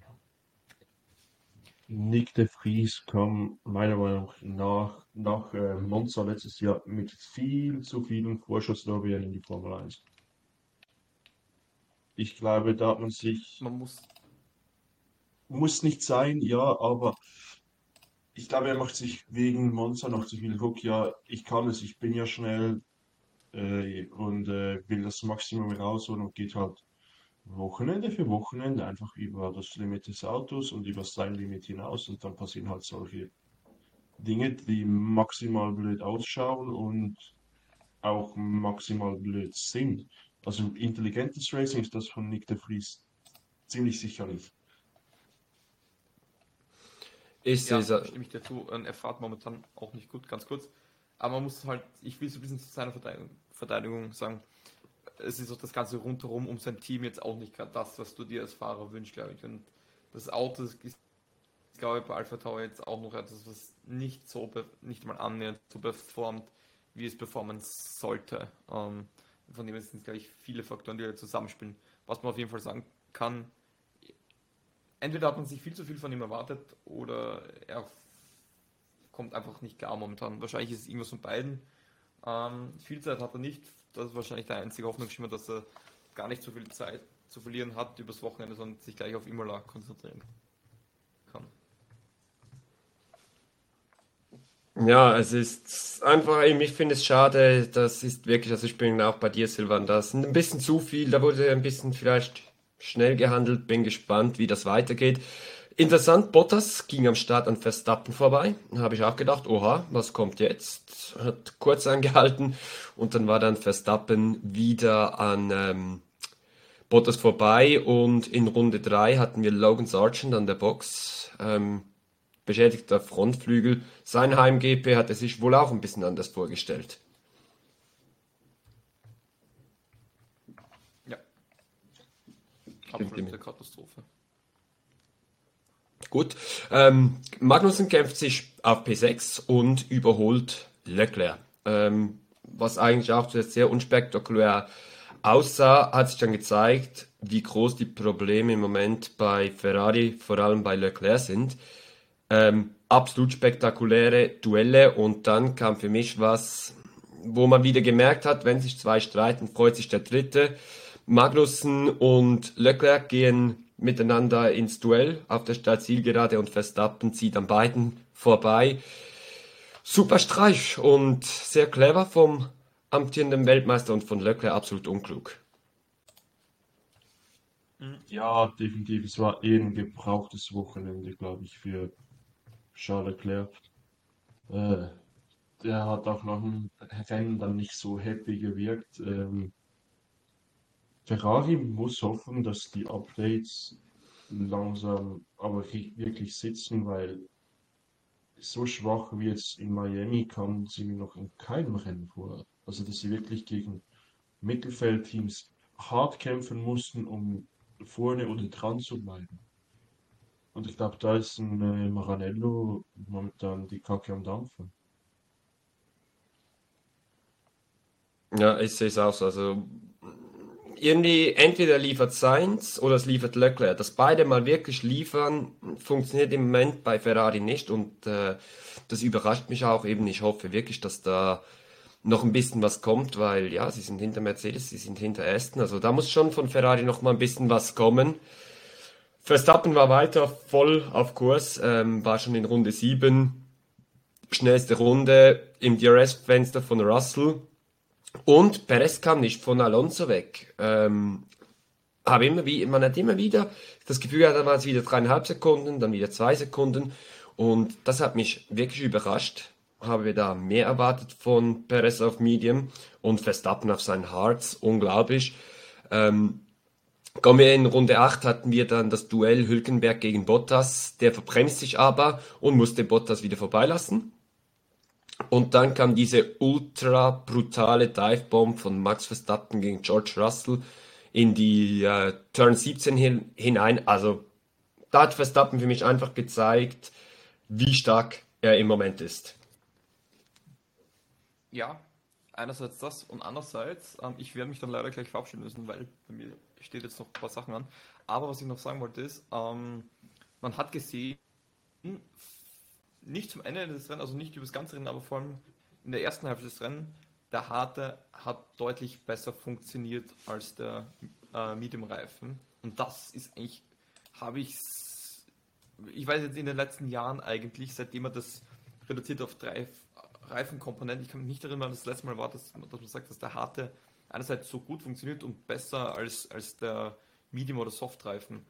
Nick de Vries kam meiner Meinung nach Monza letztes Jahr mit viel zu vielen Vorschusslorbeeren in die Formel 1. Ich glaube, da hat man sich, Man muss, muss nicht sein, ja, aber ich glaube, er macht sich wegen Monza noch zu viel Druck. Ja, ich kann es, ich bin ja schnell und will das Maximum rausholen und geht halt Wochenende für Wochenende einfach über das Limit des Autos und über sein Limit hinaus und dann passieren halt solche Dinge, die maximal blöd ausschauen und auch maximal blöd sind. Also intelligentes Racing ist das von Nick de Vries ziemlich sicher nicht. Ich sehe ja, es, stimme ich dir zu, er fährt momentan auch nicht gut, ganz kurz. Aber man muss halt, ich will so ein bisschen zu seiner Verteidigung sagen, es ist auch das Ganze rundherum um sein Team jetzt auch nicht gerade das, was du dir als Fahrer wünschst, glaube ich. Und das Auto ist, glaube ich, bei Alpha Tauri jetzt auch noch etwas, was nicht mal annähernd so performt, wie es performen sollte. Von dem sind, glaube ich, viele Faktoren, die zusammenspielen. Was man auf jeden Fall sagen kann, entweder hat man sich viel zu viel von ihm erwartet oder er kommt einfach nicht klar momentan. Wahrscheinlich ist es irgendwas von beiden. Viel Zeit hat er nicht. Das ist wahrscheinlich der einzige Hoffnungsschimmer, dass er gar nicht so viel Zeit zu verlieren hat übers Wochenende, sondern sich gleich auf Imola konzentrieren kann. ja, es ist einfach, ich finde es schade, das ist wirklich, also ich bin auch bei dir, Silvan, das ist ein bisschen zu viel, da wurde ein bisschen vielleicht schnell gehandelt, bin gespannt, wie das weitergeht. Interessant, Bottas ging am Start an Verstappen vorbei, da habe ich auch gedacht, oha, was kommt jetzt? Hat kurz angehalten und dann war dann Verstappen wieder an Bottas vorbei und in Runde 3 hatten wir Logan Sargent an der Box. Beschädigter Frontflügel. Sein Heim-GP hat er sich wohl auch ein bisschen anders vorgestellt. Ja, Stimmt ihm. absolute Katastrophe. Gut. Magnussen kämpft sich auf P6 und überholt Leclerc. Was eigentlich auch zuerst sehr unspektakulär aussah, hat sich dann gezeigt, wie groß die Probleme im Moment bei Ferrari, vor allem bei Leclerc sind. Absolut spektakuläre Duelle und dann kam für mich was, wo man wieder gemerkt hat, wenn sich zwei streiten, freut sich der Dritte. Magnussen und Leclerc gehen miteinander ins Duell auf der Startzielgerade und Verstappen zieht an beiden vorbei. Super Streich und sehr clever vom amtierenden Weltmeister und von Leclerc absolut unklug. Ja, definitiv. Es war eh ein gebrauchtes Wochenende, glaube ich, für Charles Leclerc. Äh, Der hat auch nach dem Rennen dann nicht so happy gewirkt. Ferrari muss hoffen, dass die Updates langsam aber wirklich sitzen, weil so schwach wie jetzt in Miami kamen sie mir noch in keinem Rennen vor. Also, dass sie wirklich gegen Mittelfeldteams hart kämpfen mussten, um vorne oder dran zu bleiben. Und ich glaube, da ist ein Maranello momentan die Kacke am Dampfen. Ja, ich sehe es auch so. Also irgendwie entweder liefert Sainz oder es liefert Leclerc. Dass beide mal wirklich liefern, funktioniert im Moment bei Ferrari nicht und das überrascht mich auch eben. Ich hoffe wirklich, dass da noch ein bisschen was kommt, weil ja, sie sind hinter Mercedes, sie sind hinter Aston. Also da muss schon von Ferrari noch mal ein bisschen was kommen. Verstappen war weiter voll auf Kurs, war schon in Runde 7, schnellste Runde im DRS-Fenster von Russell. Und Perez kam nicht von Alonso weg. Man hat immer wieder das Gefühl, ja, dann waren es wieder 3,5 Sekunden, dann wieder 2 Sekunden. Und das hat mich wirklich überrascht. Habe wir da mehr erwartet von Perez auf Medium und Verstappen auf seinen Hards. Unglaublich. Kommen wir in Runde 8, hatten wir dann das Duell Hülkenberg gegen Bottas. Der verbremst sich aber und musste Bottas wieder vorbeilassen. Und dann kam diese ultra brutale Divebomb von Max Verstappen gegen George Russell in die Turn 17 hinein. Also da hat Verstappen für mich einfach gezeigt, wie stark er im Moment ist. Ja, einerseits das und andererseits, ich werde mich dann leider gleich verabschieden müssen, weil bei mir steht jetzt noch ein paar Sachen an. Aber was ich noch sagen wollte ist, man hat gesehen, nicht zum Ende des Rennens, also nicht über das ganze Rennen, aber vor allem in der ersten Hälfte des Rennens, der harte hat deutlich besser funktioniert als der Medium-Reifen. Und das ist eigentlich, ich weiß jetzt in den letzten Jahren eigentlich, seitdem man das reduziert auf 3 Reifenkomponenten, ich kann mich nicht erinnern, wann das letzte Mal war, dass man sagt, dass der harte einerseits so gut funktioniert und besser als der Medium- oder Soft-Reifen.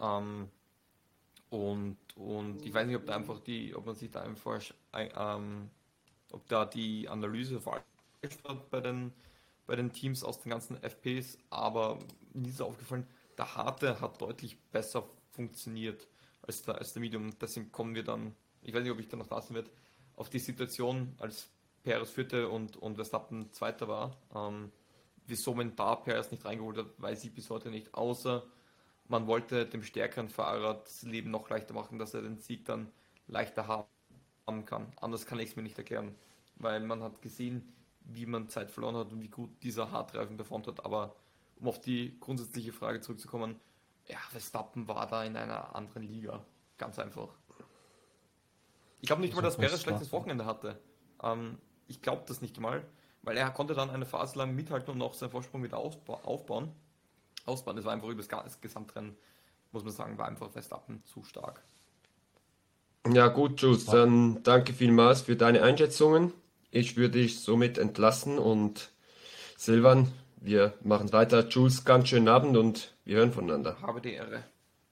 Und ich weiß nicht, ob man sich da einfach, ob da die Analyse falsch war bei den Teams aus den ganzen FPs, aber mir ist aufgefallen, der harte hat deutlich besser funktioniert als der Medium. Deswegen kommen wir dann, ich weiß nicht, ob ich dann noch da sein werde, auf die Situation, als Perez führte und Verstappen Zweiter war. Wieso man da Perez nicht reingeholt hat, weiß ich bis heute nicht, außer man wollte dem stärkeren Fahrer das Leben noch leichter machen, dass er den Sieg dann leichter haben kann. Anders kann ich es mir nicht erklären, weil man hat gesehen, wie man Zeit verloren hat und wie gut dieser Hartreifen performt hat. Aber um auf die grundsätzliche Frage zurückzukommen, ja, Verstappen war da in einer anderen Liga. Ganz einfach. Ich glaube nicht mal, dass Perez schlechtes Wochenende hatte. Ich glaube das nicht mal, weil er konnte dann eine Phase lang mithalten und auch seinen Vorsprung wieder aufbauen. Das war einfach über das Gesamtrennen, muss man sagen, war einfach Verstappen zu stark. Ja gut, Jules, dann danke vielmals für deine Einschätzungen. Ich würde dich somit entlassen und Silvan, wir machen weiter. Jules, ganz schönen Abend und wir hören voneinander. Habe die Ehre.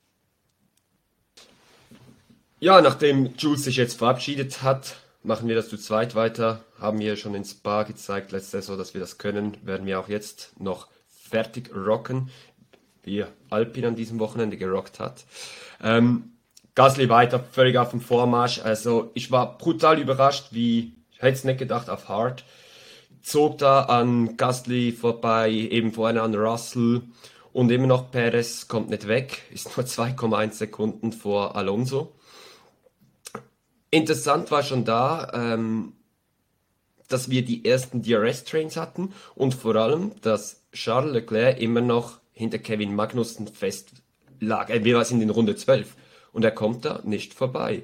Ja, nachdem Jules sich jetzt verabschiedet hat, machen wir das zu zweit weiter. Haben wir schon in Spa gezeigt letzte Saison, dass wir das können. Werden wir auch jetzt noch fertig rocken, wie Alpine an diesem Wochenende gerockt hat. Gasly weiter, völlig auf dem Vormarsch. Also ich war brutal überrascht, ich hätte es nicht gedacht, auf Hard. Zog da an Gasly vorbei, eben vorne an Russell und immer noch Perez kommt nicht weg, ist nur 2,1 Sekunden vor Alonso. Interessant war schon da, dass wir die ersten DRS-Trains hatten und vor allem, dass Charles Leclerc immer noch hinter Kevin Magnussen fest lag. Wir sind in Runde 12 und er kommt da nicht vorbei.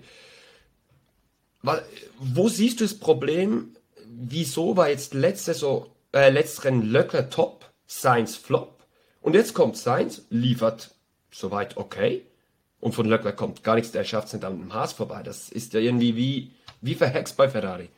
Wo siehst du das Problem? Wieso war jetzt letztes Rennen Leclerc top, Sainz flop und jetzt kommt Sainz, liefert soweit okay und von Leclerc kommt gar nichts, der schafft es nicht an dem Haas vorbei. Das ist ja irgendwie wie verhext bei Ferrari.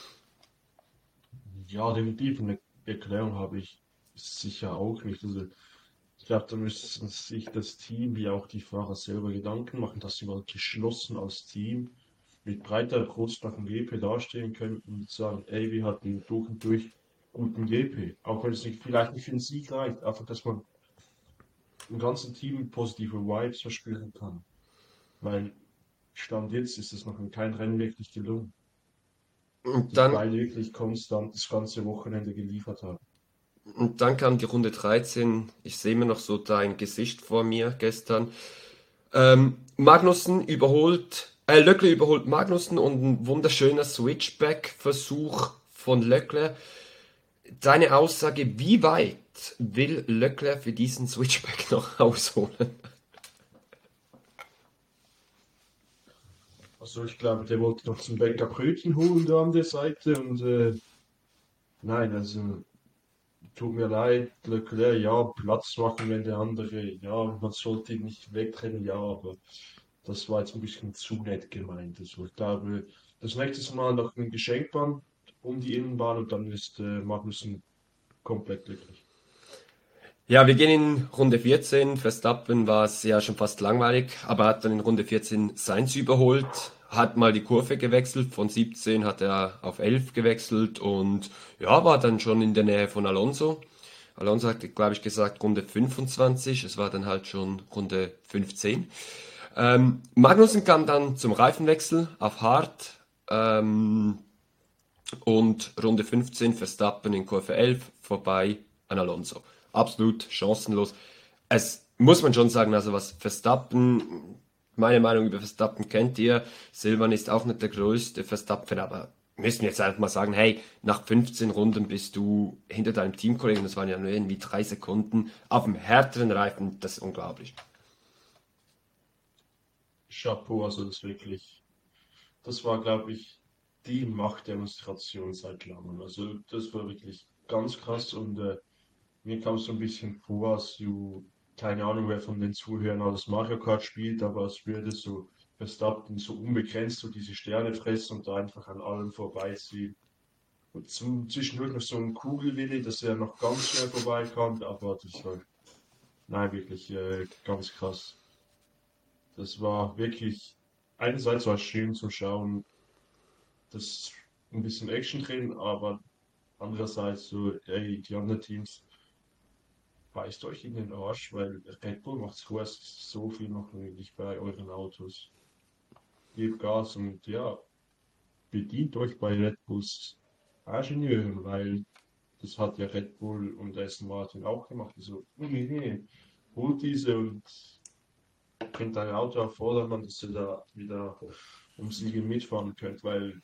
Ja, definitiv. Eine Erklärung habe ich sicher auch nicht. Also, ich glaube, da müssen sich das Team wie auch die Fahrer selber Gedanken machen, dass sie mal geschlossen als Team mit breiter Brust nach dem GP dastehen könnten und sagen, ey, wir hatten durch und durch guten GP. Auch wenn es nicht, vielleicht nicht für den Sieg reicht, einfach, dass man im ganzen Team positive Vibes verspüren kann. Weil Stand jetzt ist es noch in kein Rennen wirklich gelungen, Und dass dann, beide wirklich konstant das ganze Wochenende geliefert haben. und dann kam die Runde 13. Ich sehe mir noch so dein Gesicht vor mir gestern. Leclerc überholt Magnussen und ein wunderschöner Switchback-Versuch von Leclerc. Deine Aussage, wie weit will Leclerc für diesen Switchback noch ausholen? Also ich glaube, der wollte noch zum Bäcker Brötchen holen da an der Seite und nein, also tut mir leid, Leclerc, ja, Platz machen, wenn der andere, ja, man sollte ihn nicht wegrennen, ja, aber das war jetzt ein bisschen zu nett gemeint. Also ich glaube, das nächste Mal noch ein Geschenkband um die Innenbahn und dann ist Magnussen komplett glücklich. Ja, wir gehen in Runde 14. Verstappen war es ja schon fast langweilig, aber hat dann in Runde 14 Sainz überholt, hat mal die Kurve gewechselt, von 17 hat er auf 11 gewechselt und ja, war dann schon in der Nähe von Alonso. Alonso hat, glaube ich, gesagt Runde 25, es war dann halt schon Runde 15. Magnussen kam dann zum Reifenwechsel auf Hard und Runde 15 Verstappen in Kurve 11 vorbei an Alonso. Absolut chancenlos. Es muss man schon sagen, also was Verstappen, meine Meinung über Verstappen kennt ihr. Silvan ist auch nicht der größte Verstappen, aber müssen wir jetzt einfach mal sagen, hey, nach 15 Runden bist du hinter deinem Teamkollegen, das waren ja nur irgendwie 3 Sekunden, auf dem härteren Reifen, das ist unglaublich. Chapeau, also das wirklich, das war, glaube ich, die Machtdemonstration seit langem. Also das war wirklich ganz krass und mir kam es so ein bisschen vor, als du, keine Ahnung, wer von den Zuhörern das Mario Kart spielt, aber als würde so Verstappen so unbegrenzt so diese Sterne fressen und da einfach an allem vorbeiziehen. Und zwischendurch noch so ein Kugelwilli, dass er noch ganz schnell vorbeikommt, aber das war, nein, wirklich ganz krass. Das war wirklich, einerseits war es schön zu schauen, dass ein bisschen Action drin, aber andererseits so, ey, die anderen Teams, beißt euch in den Arsch, weil Red Bull macht vorerst so viel noch möglich bei euren Autos. Gebt Gas und ja, bedient euch bei Red Bulls Ingenieuren, weil das hat ja Red Bull und Aston Martin auch gemacht. Also, nee, holt diese und bringt dein Auto auf Vordermann, dass ihr da wieder um Siege mitfahren könnt, weil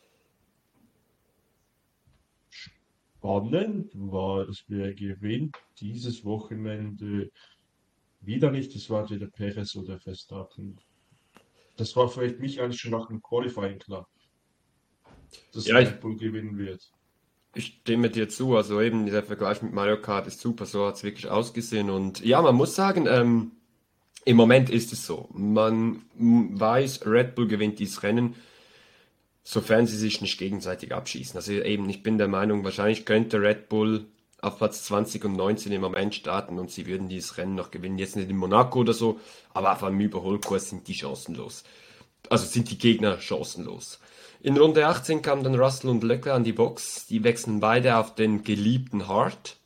spannend war, dass wir gewinnen dieses Wochenende wieder nicht. Das war entweder Perez oder Verstappen. Das war für mich eigentlich schon nach dem Qualifying klar, dass Ja, ich, Red Bull gewinnen wird. ich stimme dir zu, also eben der Vergleich mit Mario Kart ist super, so hat es wirklich ausgesehen und ja, man muss sagen, im Moment ist es so. Man weiß, Red Bull gewinnt dieses Rennen, sofern sie sich nicht gegenseitig abschießen. Also eben, ich bin der Meinung, wahrscheinlich könnte Red Bull auf Platz 20 und 19 im Moment starten und sie würden dieses Rennen noch gewinnen. Jetzt nicht in Monaco oder so, aber auf einem Überholkurs sind die chancenlos. Also sind die Gegner chancenlos. In Runde 18 kamen dann Russell und Leclerc an die Box. Die wechseln beide auf den geliebten Hard.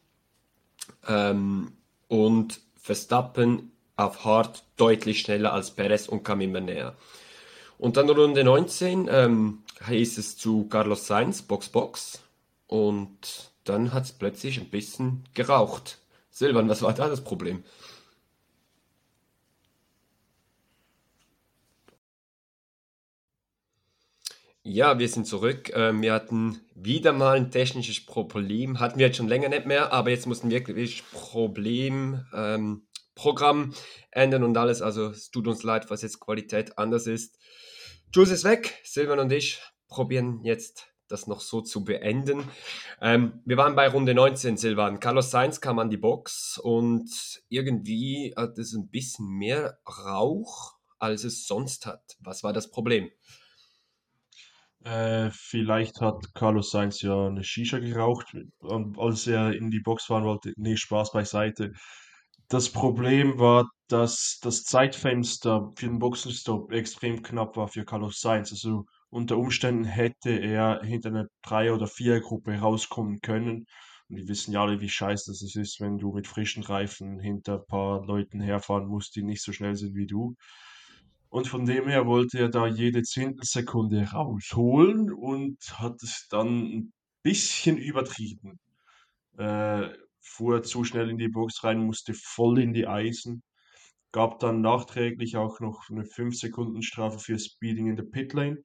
Und Verstappen auf Hard deutlich schneller als Perez und kam immer näher. Und dann Runde 19 hieß es zu Carlos Sainz, Box, Box. Und dann hat es plötzlich ein bisschen geraucht. Silvan, was war da das Problem? Ja, wir sind zurück. Wir hatten wieder mal ein technisches Problem. Hatten wir jetzt schon länger nicht mehr, aber jetzt mussten wir wirklich Programm ändern und alles. Also es tut uns leid, was jetzt Qualität anders ist. Jules ist weg. Silvan und ich probieren jetzt das noch so zu beenden. Wir waren bei Runde 19, Silvan. Carlos Sainz kam an die Box und irgendwie hat es ein bisschen mehr Rauch, als es sonst hat. Was war das Problem? Vielleicht hat Carlos Sainz ja eine Shisha geraucht, als er in die Box fahren wollte. Nee, Spaß beiseite. Das Problem war, dass das Zeitfenster für den Boxenstopp extrem knapp war für Carlos Sainz. Also Unter Umständen hätte er hinter einer Dreier- oder Vierergruppe rauskommen können. Und wir wissen ja alle, wie scheiße das ist, wenn du mit frischen Reifen hinter ein paar Leuten herfahren musst, die nicht so schnell sind wie du. Und von dem her wollte er da jede Zehntelsekunde rausholen und hat es dann ein bisschen übertrieben. Fuhr zu schnell in die Box rein, musste voll in die Eisen, gab dann nachträglich auch noch eine 5 Sekunden Strafe für Speeding in der Pitlane.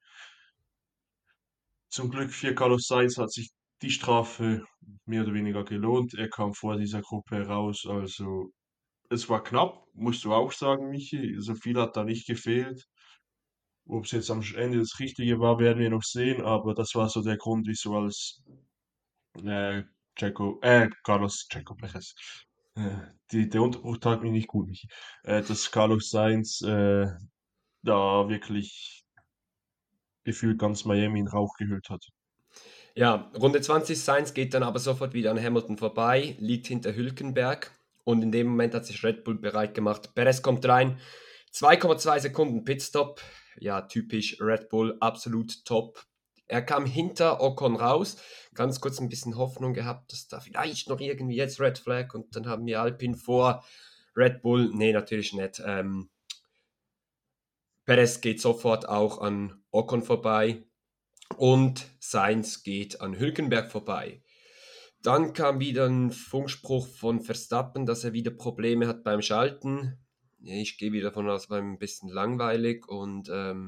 Zum Glück für Carlos Sainz hat sich die Strafe mehr oder weniger gelohnt. Er kam vor dieser Gruppe raus, also es war knapp, musst du auch sagen, Michi. So viel hat da nicht gefehlt. Ob es jetzt am Ende das Richtige war, werden wir noch sehen, aber das war so der Grund, wieso als äh, Carlos Checo Perez. Der Unterbruch tat mir nicht gut, Michi. Dass Carlos Sainz da wirklich gefühlt ganz Miami in Rauch gehüllt hat. Ja, Runde 20, Sainz geht dann aber sofort wieder an Hamilton vorbei, liegt hinter Hülkenberg und in dem Moment hat sich Red Bull bereit gemacht. Perez kommt rein, 2,2 Sekunden Pitstop, ja, typisch Red Bull, absolut top. Er kam hinter Ocon raus, ganz kurz ein bisschen Hoffnung gehabt, dass da vielleicht noch irgendwie jetzt Red Flag und dann haben wir Alpine vor Red Bull. Nee, natürlich nicht. Perez geht sofort auch an Ocon vorbei und Sainz geht an Hülkenberg vorbei. Dann kam wieder ein Funkspruch von Verstappen, dass er wieder Probleme hat beim Schalten. Ich gehe wieder davon aus, es war ein bisschen langweilig und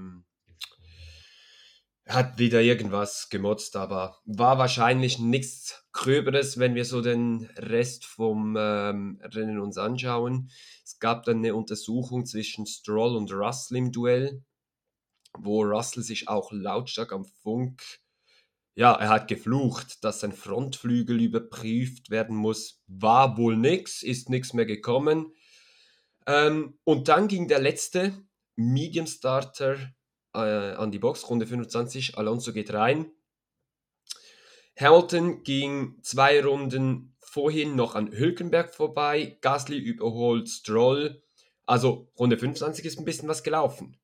hat wieder irgendwas gemotzt, aber war wahrscheinlich nichts Gröberes, wenn wir so den Rest vom Rennen uns anschauen. Es gab dann eine Untersuchung zwischen Stroll und Russell im Duell, wo Russell sich auch lautstark am Funk, ja, er hat geflucht, dass sein Frontflügel überprüft werden muss. War wohl nix, ist nichts mehr gekommen. Und dann ging der letzte Medium Starter an die Box, Runde 25. Alonso geht rein. Hamilton ging 2 Runden vorhin noch an Hülkenberg vorbei. Gasly überholt Stroll. Also Runde 25 ist ein bisschen was gelaufen.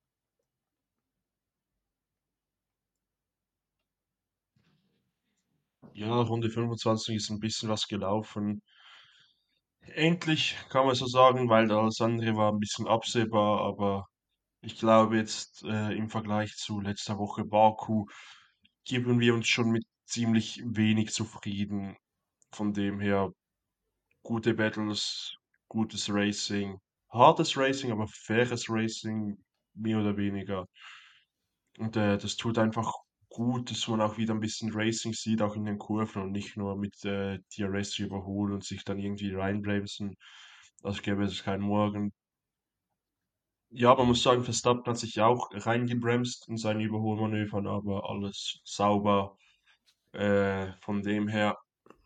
Ja, Runde 25 ist ein bisschen was gelaufen. Endlich kann man so sagen, weil alles andere war ein bisschen absehbar, aber ich glaube jetzt im Vergleich zu letzter Woche Baku geben wir uns schon mit ziemlich wenig zufrieden. Von dem her gute Battles, gutes Racing, hartes Racing, aber faires Racing, mehr oder weniger. Und das tut einfach gut, dass man auch wieder ein bisschen Racing sieht, auch in den Kurven und nicht nur mit DRS überholen und sich dann irgendwie reinbremsen, als gäbe es keinen Morgen. Ja, man muss sagen, Verstappen hat sich ja auch reingebremst in seinen Überholmanövern, aber alles sauber. Von dem her,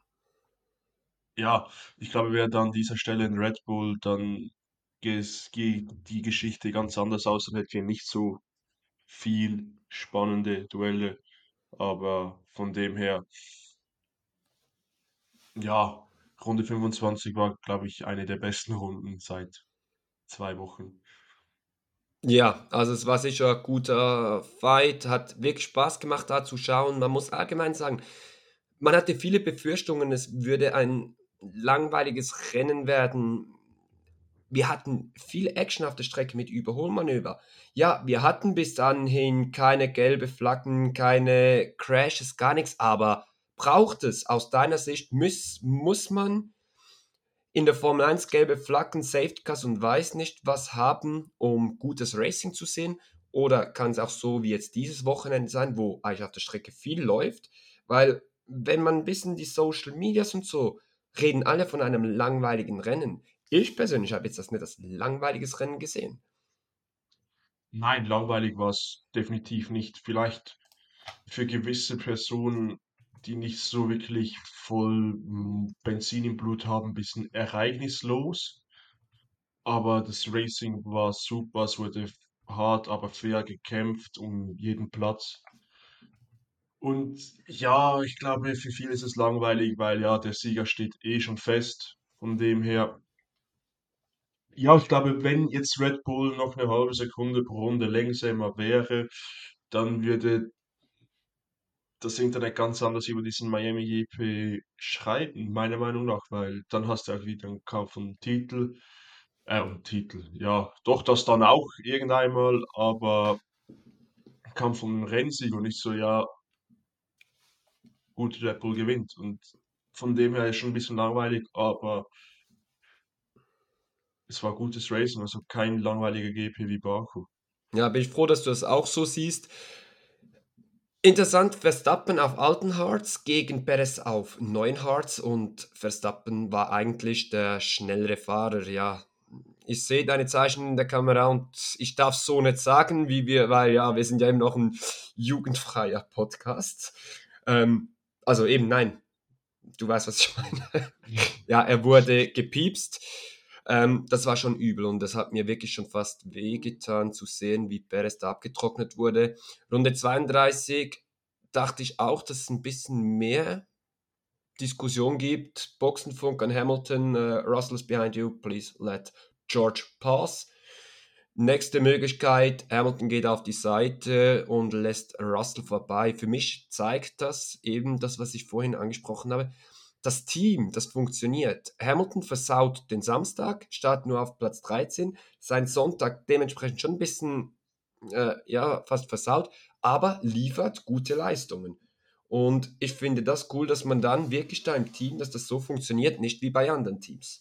ja, ich glaube, wäre dann an dieser Stelle in Red Bull, dann geht die Geschichte ganz anders aus und hätten wir nicht so viel spannende Duelle. Aber von dem her, ja, Runde 25 war, glaube ich, eine der besten Runden seit 2 Wochen. Ja, also es war sicher ein guter Fight, hat wirklich Spaß gemacht da zu schauen. Man muss allgemein sagen, man hatte viele Befürchtungen, es würde ein langweiliges Rennen werden. Wir hatten viel Action auf der Strecke mit Überholmanöver. Ja, wir hatten bis dahin keine gelbe Flaggen, keine Crashes, gar nichts, aber braucht es aus deiner Sicht, muss man in der Formel 1 gelbe Flaggen, Safety Cars und weiß nicht was haben, um gutes Racing zu sehen? Oder kann es auch so wie jetzt dieses Wochenende sein, wo eigentlich auf der Strecke viel läuft? Weil, wenn man ein bisschen die Social Medias und so, reden alle von einem langweiligen Rennen. Ich persönlich habe jetzt das nicht als langweiliges Rennen gesehen. Nein, langweilig war es definitiv nicht. Vielleicht für gewisse Personen, die nicht so wirklich voll Benzin im Blut haben, ein bisschen ereignislos. Aber das Racing war super, es wurde hart, aber fair gekämpft um jeden Platz. Und ja, ich glaube, für viele ist es langweilig, weil ja, der Sieger steht eh schon fest. Von dem her, ja, ich glaube, wenn jetzt Red Bull noch eine halbe Sekunde pro Runde langsamer wäre, dann würde das Internet ganz anders über diesen Miami GP schreiben, meiner Meinung nach, weil dann hast du auch wieder einen Kampf um Titel, ja, doch das dann auch irgendeinmal, aber Kampf um den Rennsieg und nicht so, ja, gut, Red Bull gewinnt. Und von dem her ist schon ein bisschen langweilig, aber es war gutes Racing, also kein langweiliger GP wie Baku. Ja, bin ich froh, dass du das auch so siehst. Interessant, Verstappen auf alten Hards gegen Perez auf neuen Hards und Verstappen war eigentlich der schnellere Fahrer. Ja, ich sehe deine Zeichen in der Kamera und ich darf so nicht sagen, weil ja, wir sind ja eben noch ein jugendfreier Podcast. Also eben, nein, du weißt, was ich meine. Ja, er wurde gepiepst. Das war schon übel und das hat mir wirklich schon fast wehgetan zu sehen, wie Perez da abgetrocknet wurde. Runde 32 dachte ich auch, dass es ein bisschen mehr Diskussion gibt. Boxenfunk an Hamilton, Russell is behind you, please let George pass. Nächste Möglichkeit, Hamilton geht auf die Seite und lässt Russell vorbei. Für mich zeigt das eben das, was ich vorhin angesprochen habe. Das Team, das funktioniert. Hamilton versaut den Samstag, startet nur auf Platz 13. Sein Sonntag dementsprechend schon ein bisschen, ja, fast versaut, aber liefert gute Leistungen. Und ich finde das cool, dass man dann wirklich da im Team, dass das so funktioniert, nicht wie bei anderen Teams.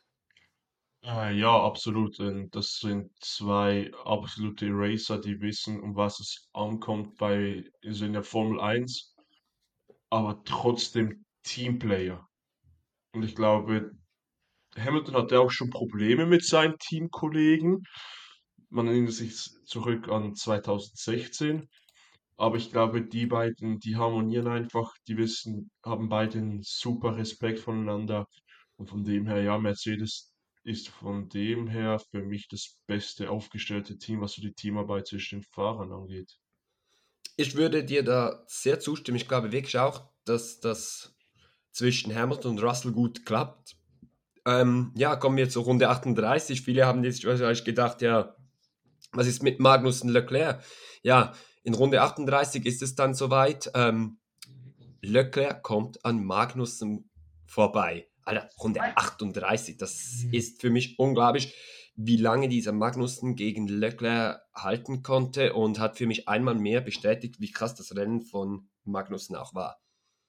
Ja, absolut. Das sind zwei absolute Racer, die wissen, um was es ankommt also in der Formel 1, aber trotzdem Teamplayer. Und ich glaube, Hamilton hatte auch schon Probleme mit seinen Teamkollegen. Man erinnert sich zurück an 2016. Aber ich glaube, die beiden, die harmonieren einfach, die wissen, haben beide einen super Respekt voneinander. Und von dem her, ja, Mercedes ist von dem her für mich das beste aufgestellte Team, was so die Teamarbeit zwischen den Fahrern angeht. Ich würde dir da sehr zustimmen. Ich glaube wirklich auch, dass das zwischen Hamilton und Russell gut klappt. Ja, kommen wir zur Runde 38. Viele haben jetzt wahrscheinlich gedacht, ja, was ist mit Magnussen Leclerc? Ja, in Runde 38 ist es dann soweit. Leclerc kommt an Magnussen vorbei. Alter, Runde 38, das ist für mich unglaublich, wie lange dieser Magnussen gegen Leclerc halten konnte und hat für mich einmal mehr bestätigt, wie krass das Rennen von Magnussen auch war.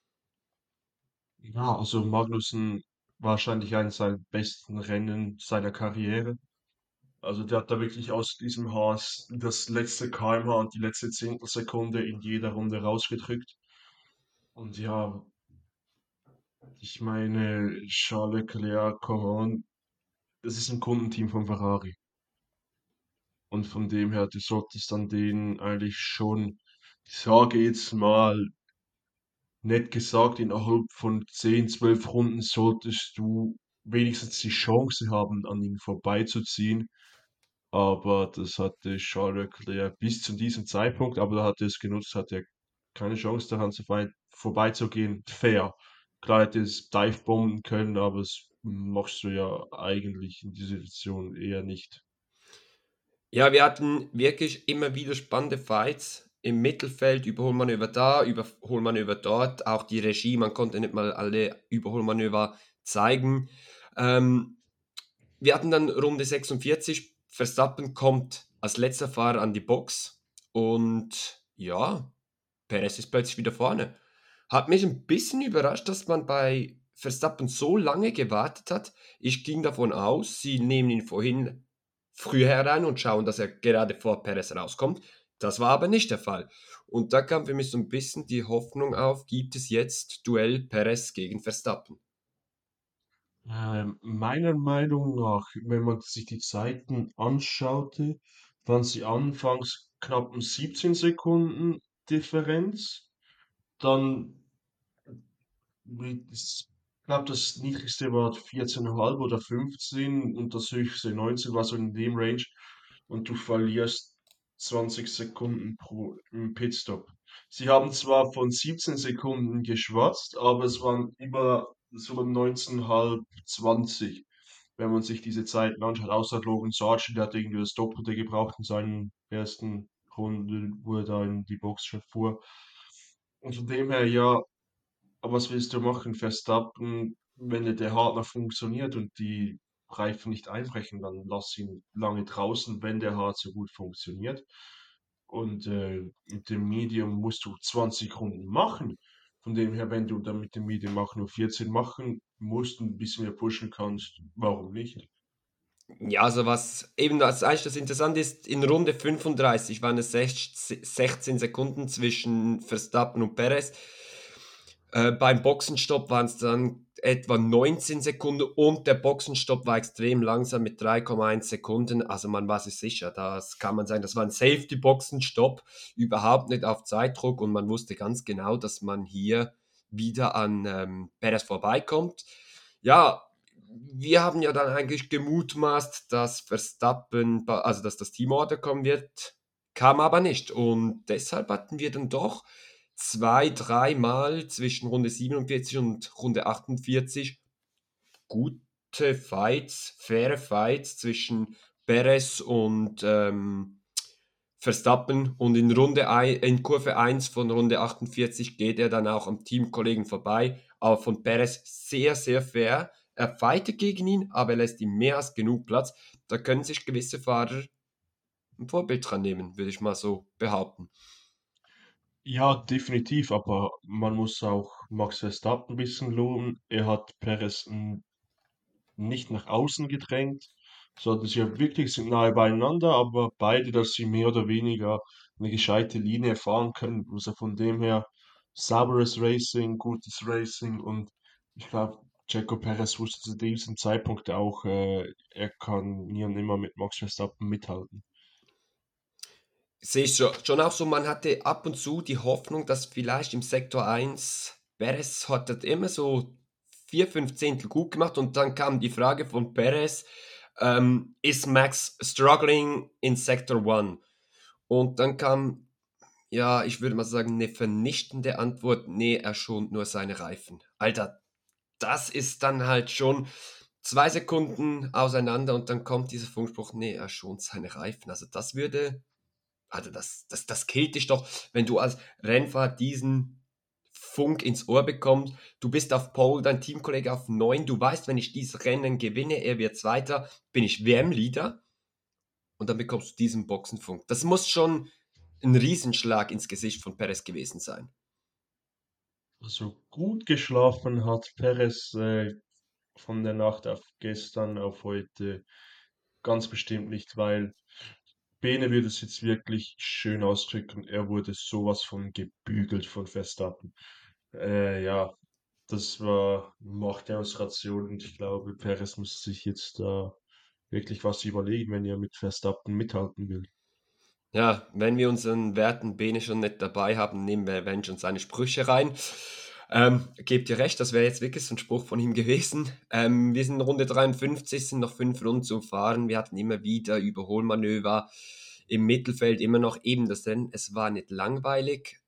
Ja, also Magnussen wahrscheinlich eines seiner besten Rennen seiner Karriere. Also der hat da wirklich aus diesem Haas das letzte km/h und die letzte Zehntelsekunde in jeder Runde rausgedrückt. Und ja, ich meine, Charles Leclerc, come on, das ist ein Kundenteam von Ferrari. Und von dem her, du solltest dann denen eigentlich schon, ich sage jetzt mal, nett gesagt, innerhalb von 10, 12 Runden solltest du wenigstens die Chance haben, an ihm vorbeizuziehen. Aber das hatte Charles Leclerc bis zu diesem Zeitpunkt, aber da hat er es genutzt, hat er keine Chance daran vorbeizugehen. Fair. Klar hätte es Dive bomben können, aber das machst du ja eigentlich in dieser Situation eher nicht. Ja, wir hatten wirklich immer wieder spannende Fights im Mittelfeld, Überholmanöver da, Überholmanöver dort, auch die Regie, man konnte nicht mal alle Überholmanöver zeigen. Ähm, Wir hatten dann Runde 46, Verstappen kommt als letzter Fahrer an die Box und ja, Perez ist plötzlich wieder vorne. Hat mich ein bisschen überrascht, dass man bei Verstappen so lange gewartet hat. Ich ging davon aus, sie nehmen ihn vorhin früh herein und schauen, dass er gerade vor Perez rauskommt. Das war aber nicht der Fall. Und da kam für mich so ein bisschen die Hoffnung auf, gibt es jetzt Duell Perez gegen Verstappen? Meiner Meinung nach, wenn man sich die Zeiten anschaute, waren sie anfangs knapp um 17 Sekunden Differenz. Dann, ich glaube, das niedrigste war 14,5 oder 15 und das höchste 19 war so in dem Range. Und du verlierst 20 Sekunden pro im Pitstop. Sie haben zwar von 17 Sekunden geschwatzt, aber es waren immer so 19,5, 20, wenn man sich diese Zeiten anschaut. Außer Logan Sargent, der hat irgendwie das Doppelte gebraucht in seinen ersten Runde, wo er da in die Box schon fuhr. Und von dem her, ja, aber was willst du machen? Verstappen, wenn der hart noch funktioniert und die Reifen nicht einbrechen, dann lass ihn lange draußen, wenn der hart so gut funktioniert. Und mit dem Medium musst du 20 Runden machen. Von dem her, wenn du dann mit dem Medium auch nur 14 machen musst und ein bisschen mehr pushen kannst, warum nicht? Ja, also was eben das, eigentlich das Interessante ist, in Runde 35 waren es 16 Sekunden zwischen Verstappen und Perez. Beim Boxenstopp waren es dann etwa 19 Sekunden und der Boxenstopp war extrem langsam mit 3,1 Sekunden. Also man war sich sicher, das kann man sagen, das war ein Safety-Boxenstopp, überhaupt nicht auf Zeitdruck und man wusste ganz genau, dass man hier wieder an Perez vorbeikommt. Ja, wir haben ja dann eigentlich gemutmaßt, dass Verstappen, also dass das Teamorder kommen wird, kam aber nicht. Und deshalb hatten wir dann doch zwei, dreimal zwischen Runde 47 und Runde 48 gute Fights, faire Fights zwischen Perez und Verstappen. Und in Kurve 1 von Runde 48 geht er dann auch am Teamkollegen vorbei. Aber von Perez sehr, sehr fair. Er fightet gegen ihn, aber er lässt ihm mehr als genug Platz. Da können sich gewisse Fahrer ein Vorbild dran nehmen, würde ich mal so behaupten. Ja, definitiv, aber man muss auch Max Verstappen ein bisschen loben. Er hat Perez nicht nach außen gedrängt, sondern sie wirklich sind nahe beieinander, aber beide, dass sie mehr oder weniger eine gescheite Linie fahren können. Also von dem her sauberes Racing, gutes Racing und ich glaube, Checo Perez wusste zu diesem Zeitpunkt auch, er kann nie und nimmer mit Max Verstappen mithalten. Sehe ich schon auch so, man hatte ab und zu die Hoffnung, dass vielleicht im Sektor 1 Perez hat das immer so 4, 5 Zehntel gut gemacht und dann kam die Frage von Perez, ist Max struggling in Sector 1? Und dann kam, ja, ich würde mal sagen, eine vernichtende Antwort, nee, er schont nur seine Reifen. Alter, das ist dann halt schon 2 Sekunden auseinander und dann kommt dieser Funkspruch, nee, er schont seine Reifen. Also das killt dich doch, wenn du als Rennfahrer diesen Funk ins Ohr bekommst. Du bist auf Pole, dein Teamkollege auf 9. Du weißt, wenn ich dieses Rennen gewinne, er wird Zweiter, bin ich WM-Leader. Und dann bekommst du diesen Boxenfunk. Das muss schon ein Riesenschlag ins Gesicht von Perez gewesen sein. Also gut geschlafen hat Perez von der Nacht auf gestern auf heute ganz bestimmt nicht, weil Bene würde es jetzt wirklich schön ausdrücken. Er wurde sowas von gebügelt von Verstappen. Ja, das war Machtdemonstration und ich glaube, Perez muss sich jetzt da wirklich was überlegen, wenn er mit Verstappen mithalten will. Ja, wenn wir unseren werten Bene schon nicht dabei haben, nehmen wir Revenge und seine Sprüche rein. Gebt ihr recht, das wäre jetzt wirklich so ein Spruch von ihm gewesen. Wir sind in Runde 53, sind noch 5 Runden zu fahren. Wir hatten immer wieder Überholmanöver im Mittelfeld, immer noch eben das Rennen. Es war nicht langweilig.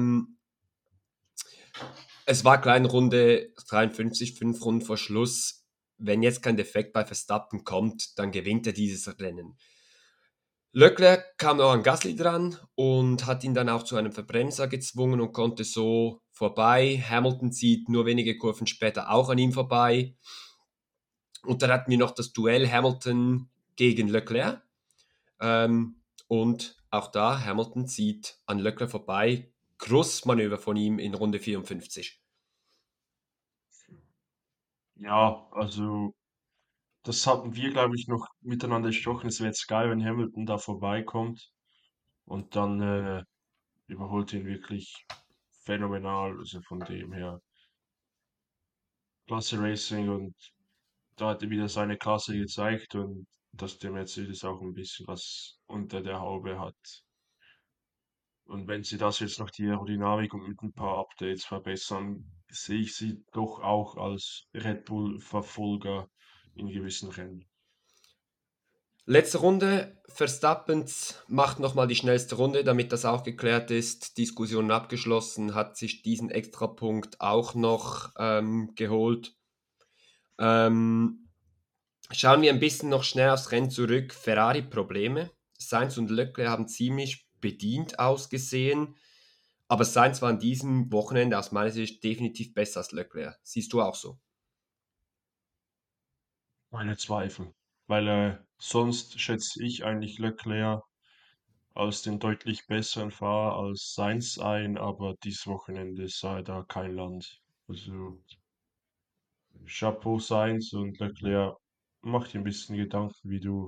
Es war klein, Runde 53, 5 Runden vor Schluss. Wenn jetzt kein Defekt bei Verstappen kommt, dann gewinnt er dieses Rennen. Leclerc kam noch an Gasly dran und hat ihn dann auch zu einem Verbremser gezwungen und konnte so vorbei. Hamilton zieht nur wenige Kurven später auch an ihm vorbei. Und dann hatten wir noch das Duell Hamilton gegen Leclerc. Und auch da, Hamilton zieht an Leclerc vorbei. Großmanöver von ihm in Runde 54. Ja, also das hatten wir, glaube ich, noch miteinander gesprochen. Es wäre jetzt geil, wenn Hamilton da vorbeikommt und dann überholt ihn wirklich phänomenal. Also von dem her, Klasse Racing und da hat er wieder seine Klasse gezeigt und dass der Mercedes auch ein bisschen was unter der Haube hat. Und wenn sie das jetzt noch die Aerodynamik und mit ein paar Updates verbessern, sehe ich sie doch auch als Red Bull-Verfolger in gewissen Rennen. Letzte Runde, Verstappen macht nochmal die schnellste Runde, damit das auch geklärt ist. Diskussion abgeschlossen, hat sich diesen Extrapunkt auch noch geholt. Schauen wir ein bisschen noch schnell aufs Rennen zurück. Ferrari-Probleme. Sainz und Leclerc haben ziemlich bedient ausgesehen. Aber Sainz war an diesem Wochenende aus meiner Sicht definitiv besser als Leclerc. Siehst du auch so? Meine Zweifel. Weil sonst schätze ich eigentlich Leclerc als den deutlich besseren Fahrer als Sainz ein, aber dieses Wochenende sah er da kein Land. Also Chapeau Sainz und Leclerc, mach dir ein bisschen Gedanken,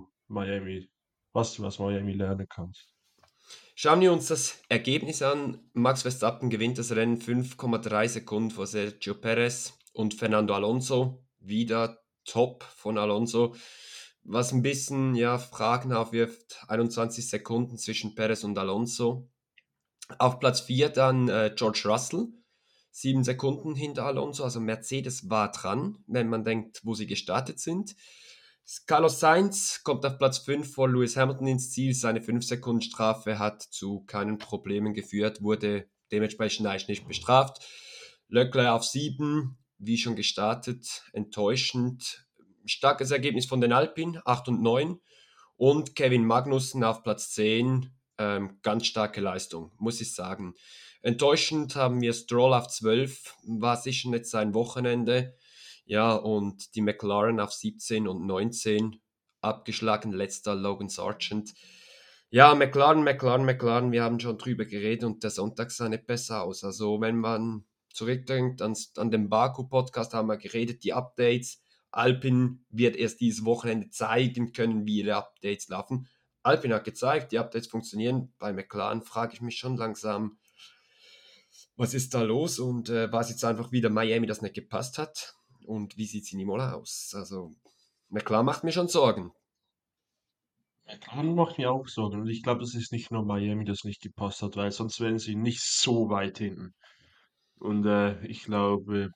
was du aus Miami lernen kannst. Schauen wir uns das Ergebnis an. Max Verstappen gewinnt das Rennen 5,3 Sekunden vor Sergio Perez und Fernando Alonso. Wieder top von Alonso. Was ein bisschen Fragen aufwirft, 21 Sekunden zwischen Perez und Alonso. Auf Platz 4 dann George Russell, 7 Sekunden hinter Alonso. Also Mercedes war dran, wenn man denkt, wo sie gestartet sind. Carlos Sainz kommt auf Platz 5 vor Lewis Hamilton ins Ziel. Seine 5-Sekunden-Strafe hat zu keinen Problemen geführt, wurde dementsprechend eigentlich nicht bestraft. Leclerc auf 7, wie schon gestartet, enttäuschend. Starkes Ergebnis von den Alpinen, 8 und 9. Und Kevin Magnussen auf Platz 10, ganz starke Leistung, muss ich sagen. Enttäuschend haben wir Stroll auf 12, war sicher nicht sein Wochenende. Ja, und die McLaren auf 17 und 19, abgeschlagen, letzter Logan Sargent. Ja, McLaren, wir haben schon drüber geredet und der Sonntag sah nicht besser aus. Also wenn man zurückdenkt an den Baku-Podcast, haben wir geredet, die Updates. Alpine wird erst dieses Wochenende zeigen können, wie ihre Updates laufen. Alpine hat gezeigt, die Updates funktionieren. Bei McLaren frage ich mich schon langsam, was ist da los und war es jetzt einfach wieder Miami, das nicht gepasst hat? Und wie sieht es in Imola aus? Also, McLaren macht mir schon Sorgen. McLaren macht mir auch Sorgen und ich glaube, es ist nicht nur Miami, das nicht gepasst hat, weil sonst wären sie nicht so weit hinten. Und ich glaube,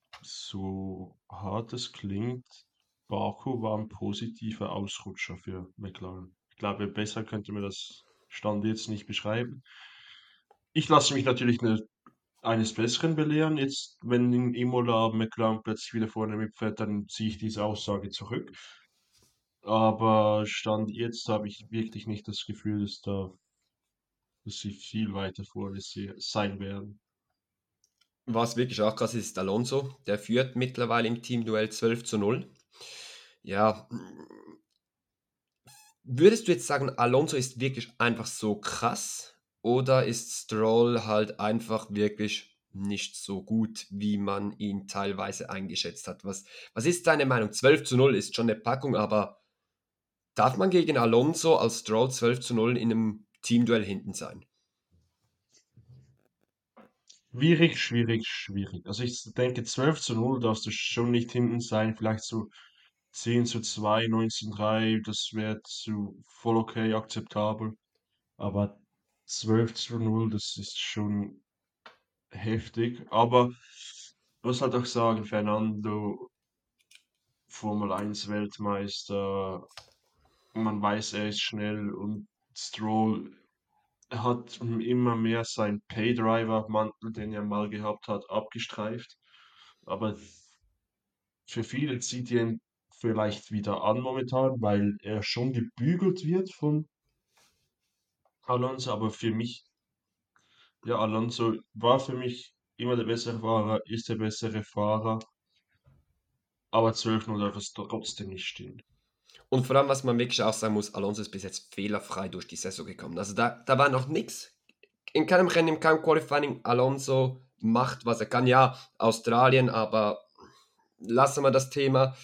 so hart es klingt, Baku war ein positiver Ausrutscher für McLaren. Ich glaube, besser könnte man das Stand jetzt nicht beschreiben. Ich lasse mich natürlich eines Besseren belehren. Jetzt, wenn in Imola McLaren plötzlich wieder vorne mitfährt, dann ziehe ich diese Aussage zurück. Aber Stand jetzt habe ich wirklich nicht das Gefühl, dass sie viel weiter vorne sein werden. Was wirklich auch krass ist, ist Alonso. Der führt mittlerweile im Teamduell 12:0. Ja, würdest du jetzt sagen, Alonso ist wirklich einfach so krass? Oder ist Stroll halt einfach wirklich nicht so gut, wie man ihn teilweise eingeschätzt hat? Was ist deine Meinung? 12:0 ist schon eine Packung, aber darf man gegen Alonso als Stroll 12:0 in einem Teamduell hinten sein? Schwierig, schwierig, schwierig. Also ich denke, 12:0 darfst du schon nicht hinten sein. Vielleicht so 10:2, 9:3, das wäre zu voll okay, akzeptabel. Aber 12:0, das ist schon heftig. Aber ich muss halt auch sagen, Fernando, Formel 1 Weltmeister, man weiß, er ist schnell und Stroll hat immer mehr seinen Paydriver-Mantel, den er mal gehabt hat, abgestreift. Aber für viele zieht er ihn vielleicht wieder an momentan, weil er schon gebügelt wird von Alonso. Aber für mich, ja, Alonso war für mich immer der bessere Fahrer, ist der bessere Fahrer. Aber 12:0 darf es trotzdem nicht stehen. Und vor allem, was man wirklich auch sagen muss, Alonso ist bis jetzt fehlerfrei durch die Saison gekommen. Also da war noch nichts. In keinem Rennen, in keinem Qualifying, Alonso macht, was er kann. Ja, Australien, aber lassen wir das Thema.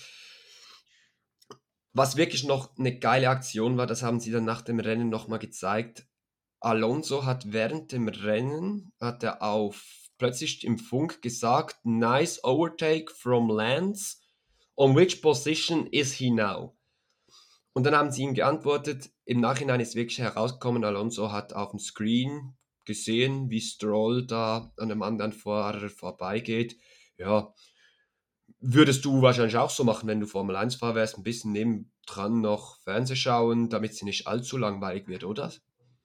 Was wirklich noch eine geile Aktion war, das haben sie dann nach dem Rennen nochmal gezeigt. Alonso hat während dem Rennen, hat er plötzlich im Funk gesagt, nice overtake from Lance. On which position is he now? Und dann haben sie ihm geantwortet, im Nachhinein ist wirklich herausgekommen, Alonso hat auf dem Screen gesehen, wie Stroll da an einem anderen Fahrer vorbeigeht. Ja, würdest du wahrscheinlich auch so machen, wenn du Formel 1-Fahrer wärst, ein bisschen nebendran noch Fernseh schauen, damit sie nicht allzu langweilig wird, oder?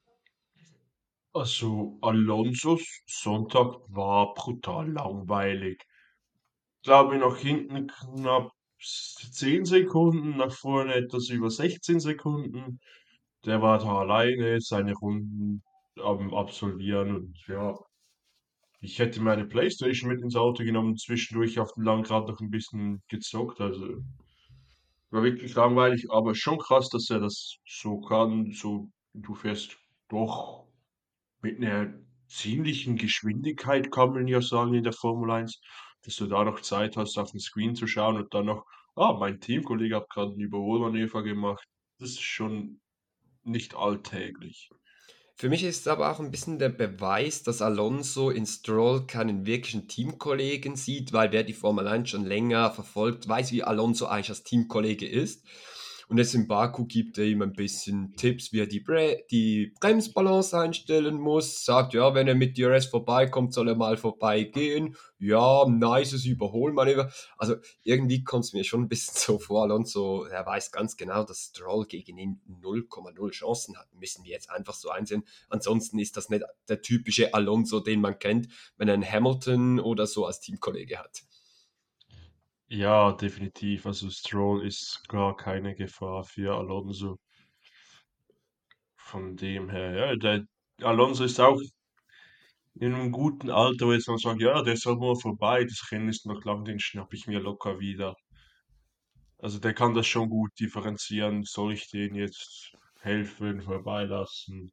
Also Alonsos Sonntag war brutal langweilig. Glaube nach hinten knapp 10 Sekunden, nach vorne etwas über 16 Sekunden. Der war da alleine, seine Runden am Absolvieren. Und ja, ich hätte meine Playstation mit ins Auto genommen, zwischendurch auf dem Langrad noch ein bisschen gezockt. Also war wirklich langweilig, aber schon krass, dass er das so kann. So, du fährst doch mit einer ziemlichen Geschwindigkeit, kann man ja sagen, in der Formel 1, dass du da noch Zeit hast, auf den Screen zu schauen und dann noch, mein Teamkollege hat gerade ein Überholmanöver gemacht. Das ist schon nicht alltäglich. Für mich ist es aber auch ein bisschen der Beweis, dass Alonso in Stroll keinen wirklichen Teamkollegen sieht, weil wer die Formel 1 schon länger verfolgt, weiß, wie Alonso eigentlich als Teamkollege ist. Und jetzt in Baku gibt er ihm ein bisschen Tipps, wie er die Bremsbalance einstellen muss. Sagt, ja, wenn er mit DRS vorbeikommt, soll er mal vorbeigehen. Ja, nices Überholmanöver. Also irgendwie kommt es mir schon ein bisschen so vor, Alonso, er weiß ganz genau, dass Stroll gegen ihn 0,0 Chancen hat. Müssen wir jetzt einfach so einsehen. Ansonsten ist das nicht der typische Alonso, den man kennt, wenn er einen Hamilton oder so als Teamkollege hat. Ja, definitiv. Also Stroll ist gar keine Gefahr für Alonso. Von dem her, ja, der Alonso ist auch in einem guten Alter, wo jetzt man sagt, ja, der soll mal vorbei, das Rennen ist noch lang, den schnapp ich mir locker wieder. Also der kann das schon gut differenzieren. Soll ich den jetzt helfen, vorbeilassen?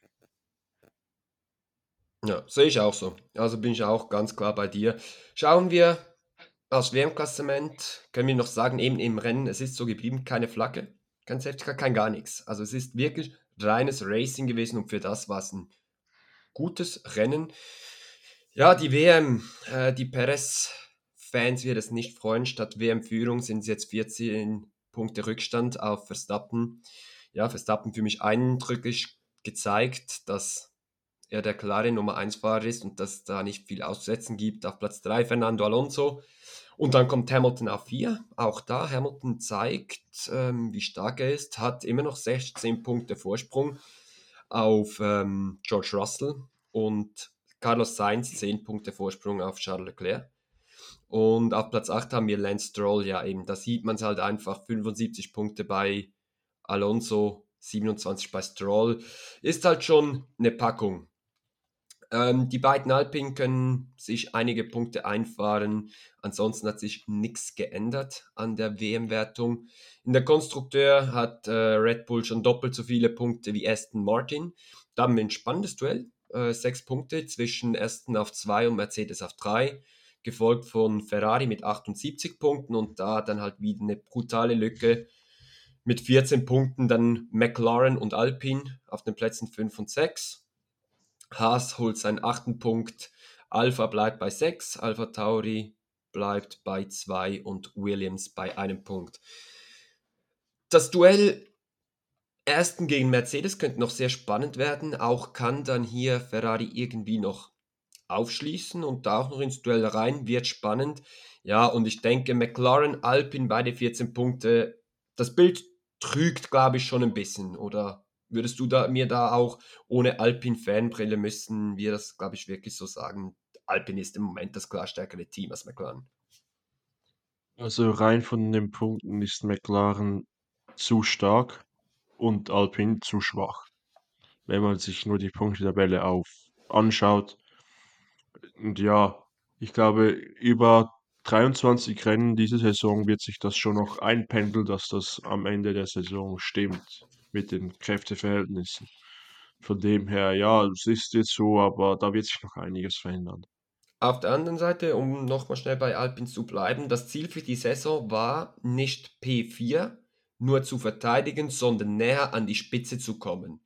Ja, sehe ich auch so. Also bin ich auch ganz klar bei dir. Schauen wir aufs WM-Klassement. Können wir noch sagen, eben im Rennen, es ist so geblieben, keine Flagge, kein Safety Car, kein gar nichts. Also es ist wirklich reines Racing gewesen und für das war es ein gutes Rennen. Ja, die WM, die Perez-Fans wird es nicht freuen. Statt WM-Führung sind es jetzt 14 Punkte Rückstand auf Verstappen. Ja, Verstappen für mich eindrücklich gezeigt, dass er der klare Nummer 1 Fahrer ist und dass es da nicht viel auszusetzen gibt. Auf Platz 3 Fernando Alonso. Und dann kommt Hamilton auf 4. Auch da, Hamilton zeigt, wie stark er ist, hat immer noch 16 Punkte Vorsprung auf George Russell und Carlos Sainz 10 Punkte Vorsprung auf Charles Leclerc. Und auf Platz 8 haben wir Lance Stroll, ja eben, da sieht man es halt einfach, 75 Punkte bei Alonso, 27 bei Stroll, ist halt schon eine Packung. Die beiden Alpinen können sich einige Punkte einfahren. Ansonsten hat sich nichts geändert an der WM-Wertung. In der Konstrukteur hat Red Bull schon doppelt so viele Punkte wie Aston Martin. Da haben wir ein spannendes Duell. 6 Punkte zwischen Aston auf 2 und Mercedes auf 3. Gefolgt von Ferrari mit 78 Punkten und da dann halt wieder eine brutale Lücke mit 14 Punkten. Dann McLaren und Alpine auf den Plätzen 5 und 6. Haas holt seinen 8. Punkt, Alpha bleibt bei 6, Alpha Tauri bleibt bei 2 und Williams bei 1 Punkt. Das Duell Aston gegen Mercedes könnte noch sehr spannend werden. Auch kann dann hier Ferrari irgendwie noch aufschließen und da auch noch ins Duell rein. Wird spannend. Ja, und ich denke, McLaren, Alpine, beide 14 Punkte. Das Bild trügt, glaube ich, schon ein bisschen. Oder würdest du mir da auch ohne Alpine-Fanbrille müssen wir das, glaube ich, wirklich so sagen? Alpine ist im Moment das klar stärkere Team als McLaren. Also rein von den Punkten ist McLaren zu stark und Alpine zu schwach, wenn man sich nur die Punktetabelle anschaut. Und ja, ich glaube, über 23 Rennen diese Saison wird sich das schon noch einpendeln, dass das am Ende der Saison stimmt mit den Kräfteverhältnissen. Von dem her, ja, es ist jetzt so, aber da wird sich noch einiges verändern. Auf der anderen Seite, um nochmal schnell bei Alpine zu bleiben, das Ziel für die Saison war nicht P4 nur zu verteidigen, sondern näher an die Spitze zu kommen.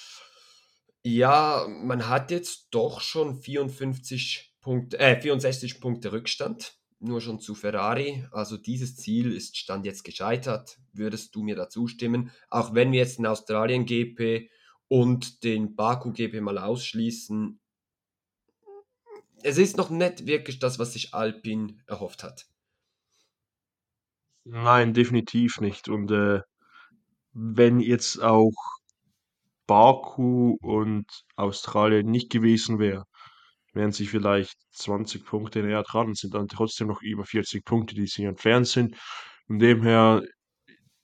Ja, man hat jetzt doch schon 64 Punkte Rückstand, nur schon zu Ferrari. Also dieses Ziel ist Stand jetzt gescheitert. Würdest du mir da zustimmen? Auch wenn wir jetzt den Australien GP und den Baku GP mal ausschließen, es ist noch nicht wirklich das, was sich Alpine erhofft hat. Nein, definitiv nicht. Und wenn jetzt auch Baku und Australien nicht gewesen wäre, wären sie vielleicht 20 Punkte näher dran, sind dann trotzdem noch über 40 Punkte, die sie entfernt sind. Von dem her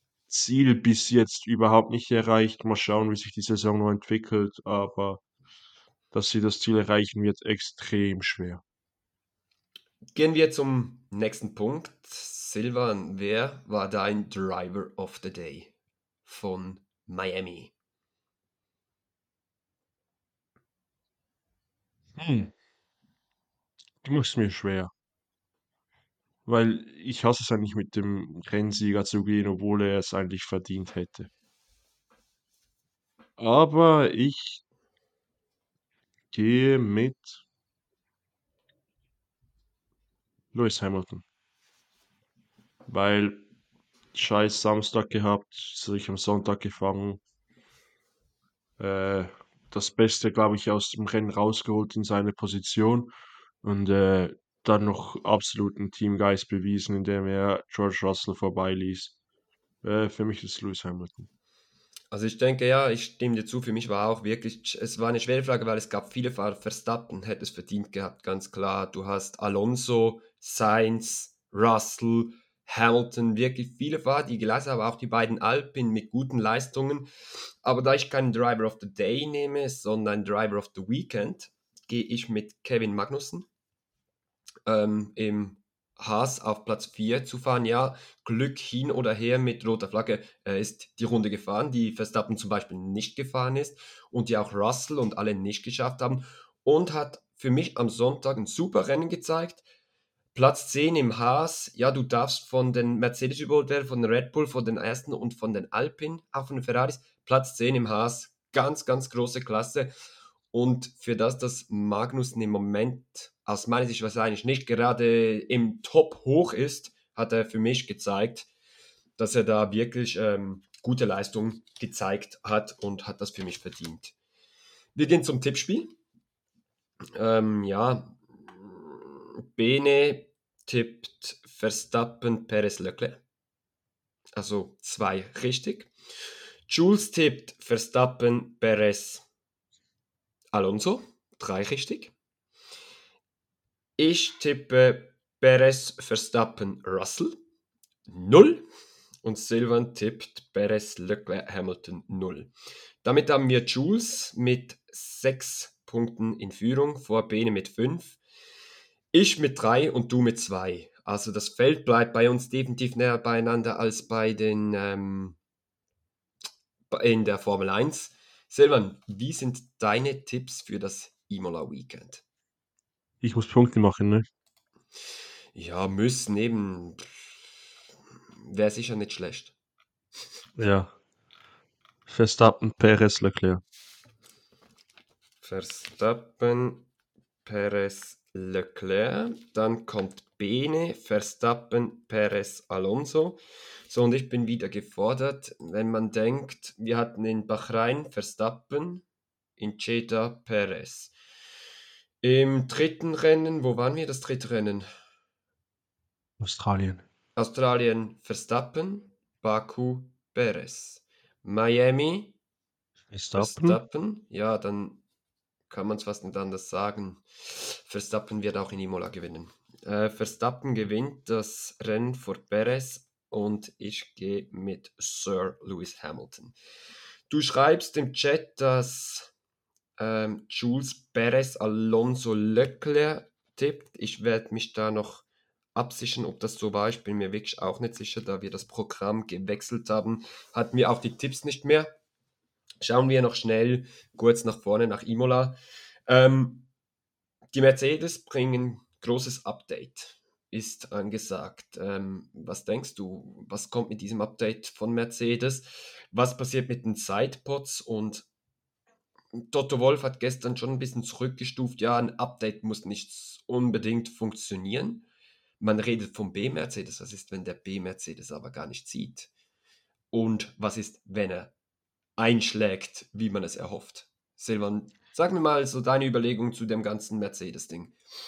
Ziel bis jetzt überhaupt nicht erreicht. Mal schauen, wie sich die Saison noch entwickelt. Aber dass sie das Ziel erreichen wird, extrem schwer. Gehen wir zum nächsten Punkt. Silvan, wer war dein Driver of the Day von Miami? Du machst mir schwer, weil ich hasse es eigentlich mit dem Rennsieger zu gehen, obwohl er es eigentlich verdient hätte. Aber ich gehe mit Lewis Hamilton, weil scheiß Samstag gehabt, sich am Sonntag gefangen, äh, das Beste, glaube ich, aus dem Rennen rausgeholt in seine Position und dann noch absoluten Teamgeist bewiesen, indem er George Russell vorbeiließ. Für mich ist Lewis Hamilton. Also ich denke, ja, ich stimme dir zu. Für mich war auch wirklich, es war eine schwere Frage, weil es gab viele Fahrer. Verstappen hätte es verdient gehabt, ganz klar. Du hast Alonso, Sainz, Russell, Hamilton, wirklich viele Fahrer, die geleistet haben, auch die beiden Alpine mit guten Leistungen. Aber da ich keinen Driver of the Day nehme, sondern Driver of the Weekend, gehe ich mit Kevin Magnussen im Haas auf Platz 4 zu fahren. Ja, Glück hin oder her mit roter Flagge. Er ist die Runde gefahren, die Verstappen zum Beispiel nicht gefahren ist und die auch Russell und alle nicht geschafft haben. Und hat für mich am Sonntag ein super Rennen gezeigt. Platz 10 im Haas. Ja, du darfst von den Mercedes überholt werden, von den Red Bull, von den Ersten und von den Alpine, auch von den Ferraris. Platz 10 im Haas. Ganz, ganz große Klasse. Und für das, dass Magnussen im Moment aus meiner Sicht wahrscheinlich nicht gerade im Top hoch ist, hat er für mich gezeigt, dass er da wirklich gute Leistung gezeigt hat und hat das für mich verdient. Wir gehen zum Tippspiel. Ja, Bene tippt Verstappen, Perez, Leclerc. Also 2 richtig. Jules tippt Verstappen, Perez, Alonso. 3 richtig. Ich tippe Perez, Verstappen, Russell. 0. Und Silvan tippt Perez, Leclerc, Hamilton 0. Damit haben wir Jules mit 6 Punkten in Führung, vor Bene mit 5. Ich mit 3 und du mit 2. Also das Feld bleibt bei uns definitiv näher beieinander als bei den in der Formel 1. Silvan, wie sind deine Tipps für das Imola Weekend? Ich muss Punkte machen, ne? Ja, müssen eben. Wäre sicher nicht schlecht. Ja. Verstappen, Perez, Leclerc. Verstappen, Perez, Leclerc. Dann kommt Bene, Verstappen, Perez, Alonso. So, und ich bin wieder gefordert, wenn man denkt, wir hatten in Bahrain Verstappen, in Jeddah Perez. Im dritten Rennen, wo waren wir das dritte Rennen? Australien. Australien Verstappen, Baku Perez. Miami Verstappen, ja, dann kann man es fast nicht anders sagen. Verstappen wird auch in Imola gewinnen. Verstappen gewinnt das Rennen vor Perez und ich gehe mit Sir Lewis Hamilton. Du schreibst im Chat, dass Jules Perez Alonso Leclerc tippt. Ich werde mich da noch absichern, ob das so war. Ich bin mir wirklich auch nicht sicher, da wir das Programm gewechselt haben, hatten wir auch die Tipps nicht mehr. Schauen wir noch schnell kurz nach vorne, nach Imola. Die Mercedes bringen großes Update, ist angesagt. Was denkst du, was kommt mit diesem Update von Mercedes? Was passiert mit den Sidepods? Und Toto Wolff hat gestern schon ein bisschen zurückgestuft. Ja, ein Update muss nicht unbedingt funktionieren. Man redet vom B-Mercedes. Was ist, wenn der B-Mercedes aber gar nicht zieht? Und was ist, wenn er einschlägt, wie man es erhofft? Silvan, sag mir mal so deine Überlegung zu dem ganzen Mercedes-Ding.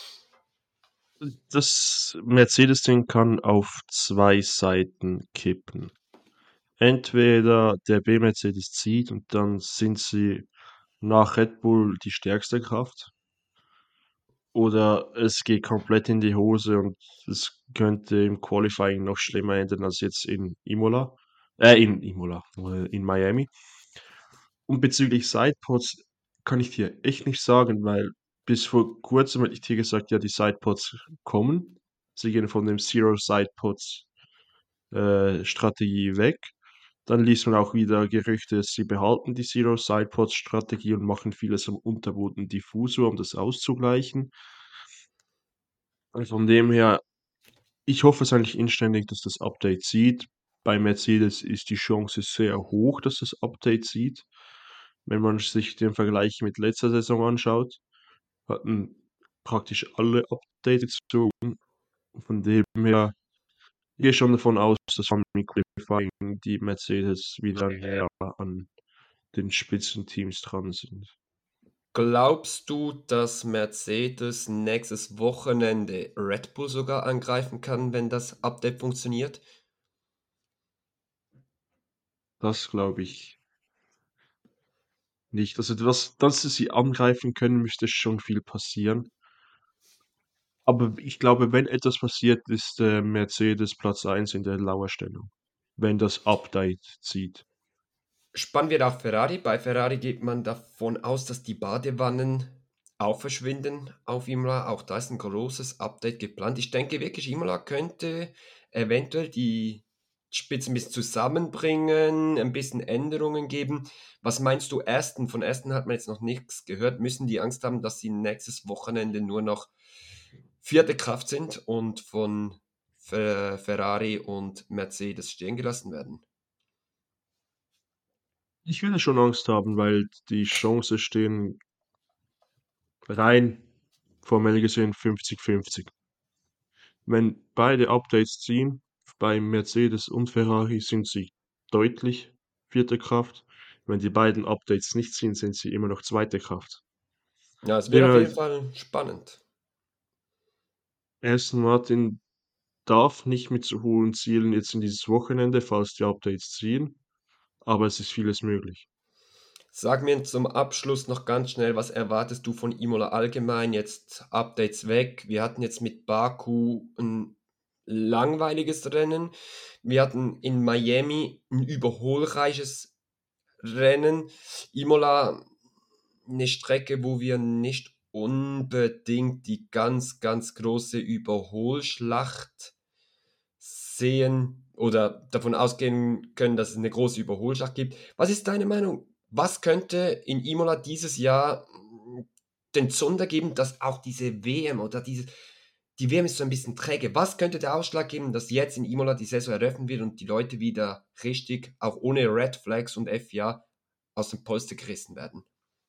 Das Mercedes-Ding kann auf 2 Seiten kippen. Entweder der B-Mercedes zieht und dann sind sie nach Red Bull die stärkste Kraft, oder es geht komplett in die Hose und es könnte im Qualifying noch schlimmer enden als jetzt in Miami. Und bezüglich Sidepods, kann ich dir echt nicht sagen, weil bis vor kurzem hätte ich dir gesagt, ja, die Sidepods kommen. Sie gehen von dem Zero Sidepods Strategie weg. Dann liest man auch wieder Gerüchte, sie behalten die Zero Sidepods Strategie und machen vieles am Unterboden diffuser, um das auszugleichen. Also von dem her, ich hoffe es eigentlich inständig, dass das Update zieht. Bei Mercedes ist die Chance sehr hoch, dass das Update zieht. Wenn man sich den Vergleich mit letzter Saison anschaut, hatten praktisch alle Updates gezogen. Von dem her gehe ich schon davon aus, dass vom Qualifying die Mercedes wieder näher an den Spitzenteams dran sind. Glaubst du, dass Mercedes nächstes Wochenende Red Bull sogar angreifen kann, wenn das Update funktioniert? Das glaube ich nicht. Also, dass sie angreifen können, müsste schon viel passieren. Aber ich glaube, wenn etwas passiert, ist Mercedes Platz 1 in der Lauerstellung, wenn das Update zieht. Spannend wird auch Ferrari. Bei Ferrari geht man davon aus, dass die Badewannen auch verschwinden auf Imola. Auch da ist ein großes Update geplant. Ich denke wirklich, Imola könnte eventuell die Spitzen ein bisschen zusammenbringen, ein bisschen Änderungen geben. Was meinst du, Aston? Von Aston hat man jetzt noch nichts gehört. Müssen die Angst haben, dass sie nächstes Wochenende nur noch vierte Kraft sind und von Ferrari und Mercedes stehen gelassen werden? Ich würde schon Angst haben, weil die Chancen stehen rein formell gesehen 50-50. Wenn beide Updates ziehen, bei Mercedes und Ferrari sind sie deutlich vierte Kraft. Wenn die beiden Updates nicht ziehen, sind sie immer noch zweite Kraft. Ja, es wird auf Demnach, jeden Fall spannend. Aston Martin darf nicht mit so hohen Zielen jetzt in dieses Wochenende, falls die Updates ziehen, aber es ist vieles möglich. Sag mir zum Abschluss noch ganz schnell, was erwartest du von Imola allgemein? Jetzt Updates weg. Wir hatten jetzt mit Baku ein langweiliges Rennen. Wir hatten in Miami ein überholreiches Rennen. Imola eine Strecke, wo wir nicht unbedingt die ganz, ganz große Überholschlacht sehen oder davon ausgehen können, dass es eine große Überholschlacht gibt. Was ist deine Meinung? Was könnte in Imola dieses Jahr den Zunder geben, dass auch diese WM oder die WM ist so ein bisschen träge. Was könnte der Ausschlag geben, dass jetzt in Imola die Saison eröffnen wird und die Leute wieder richtig, auch ohne Red Flags und FIA, aus dem Polster gerissen werden?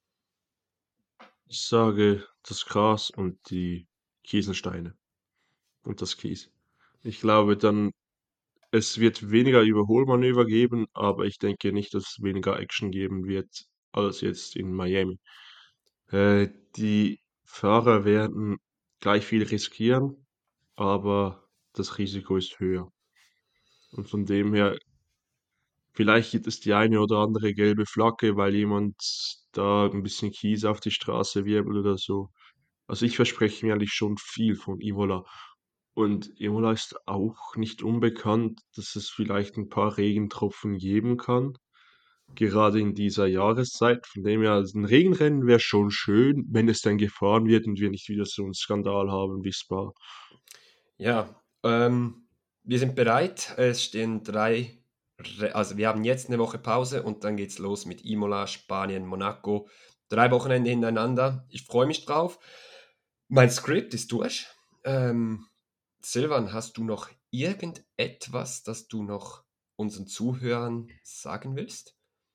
Ich sage das Gras und die Kieselsteine und das Kies. Ich glaube dann, es wird weniger Überholmanöver geben, aber ich denke nicht, dass es weniger Action geben wird als jetzt in Miami. Die Fahrer werden gleich viel riskieren, aber das Risiko ist höher. Und von dem her, vielleicht gibt es die eine oder andere gelbe Flagge, weil jemand da ein bisschen Kies auf die Straße wirbelt oder so. Also ich verspreche mir eigentlich schon viel von Imola. Und Imola ist auch nicht unbekannt, dass es vielleicht ein paar Regentropfen geben kann, gerade in dieser Jahreszeit. Von dem her, also ein Regenrennen wäre schon schön, wenn es dann gefahren wird und wir nicht wieder so einen Skandal haben wie Spa. Ja, wir sind bereit. Es stehen also wir haben jetzt eine Woche Pause und dann geht's los mit Imola, Spanien, Monaco. 3 Wochenende hintereinander. Ich freue mich drauf. Mein Skript ist durch. Silvan, hast du noch irgendetwas, das du noch unseren Zuhörern sagen willst?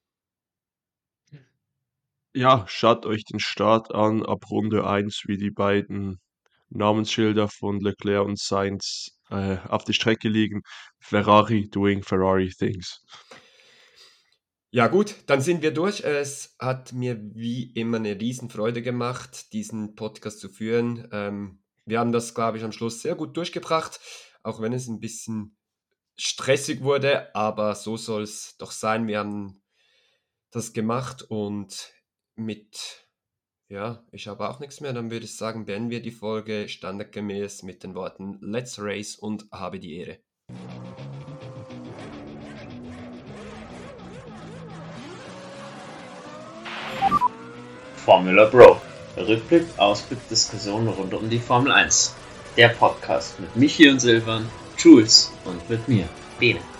Ja, schaut euch den Start an, ab Runde 1, wie die beiden Namensschilder von Leclerc und Sainz auf die Strecke liegen. Ferrari doing Ferrari things. Ja gut, dann sind wir durch. Es hat mir wie immer eine Riesenfreude gemacht, diesen Podcast zu führen. Wir haben das, glaube ich, am Schluss sehr gut durchgebracht, auch wenn es ein bisschen stressig wurde, aber so soll es doch sein. Wir haben das gemacht und ich habe auch nichts mehr. Dann würde ich sagen, beenden wir die Folge standardgemäß mit den Worten Let's Race und habe die Ehre. Formula Bro. Rückblick, Ausblick, Diskussionen rund um die Formel 1. Der Podcast mit Michi und Silvan, Jules und mit mir, Bene.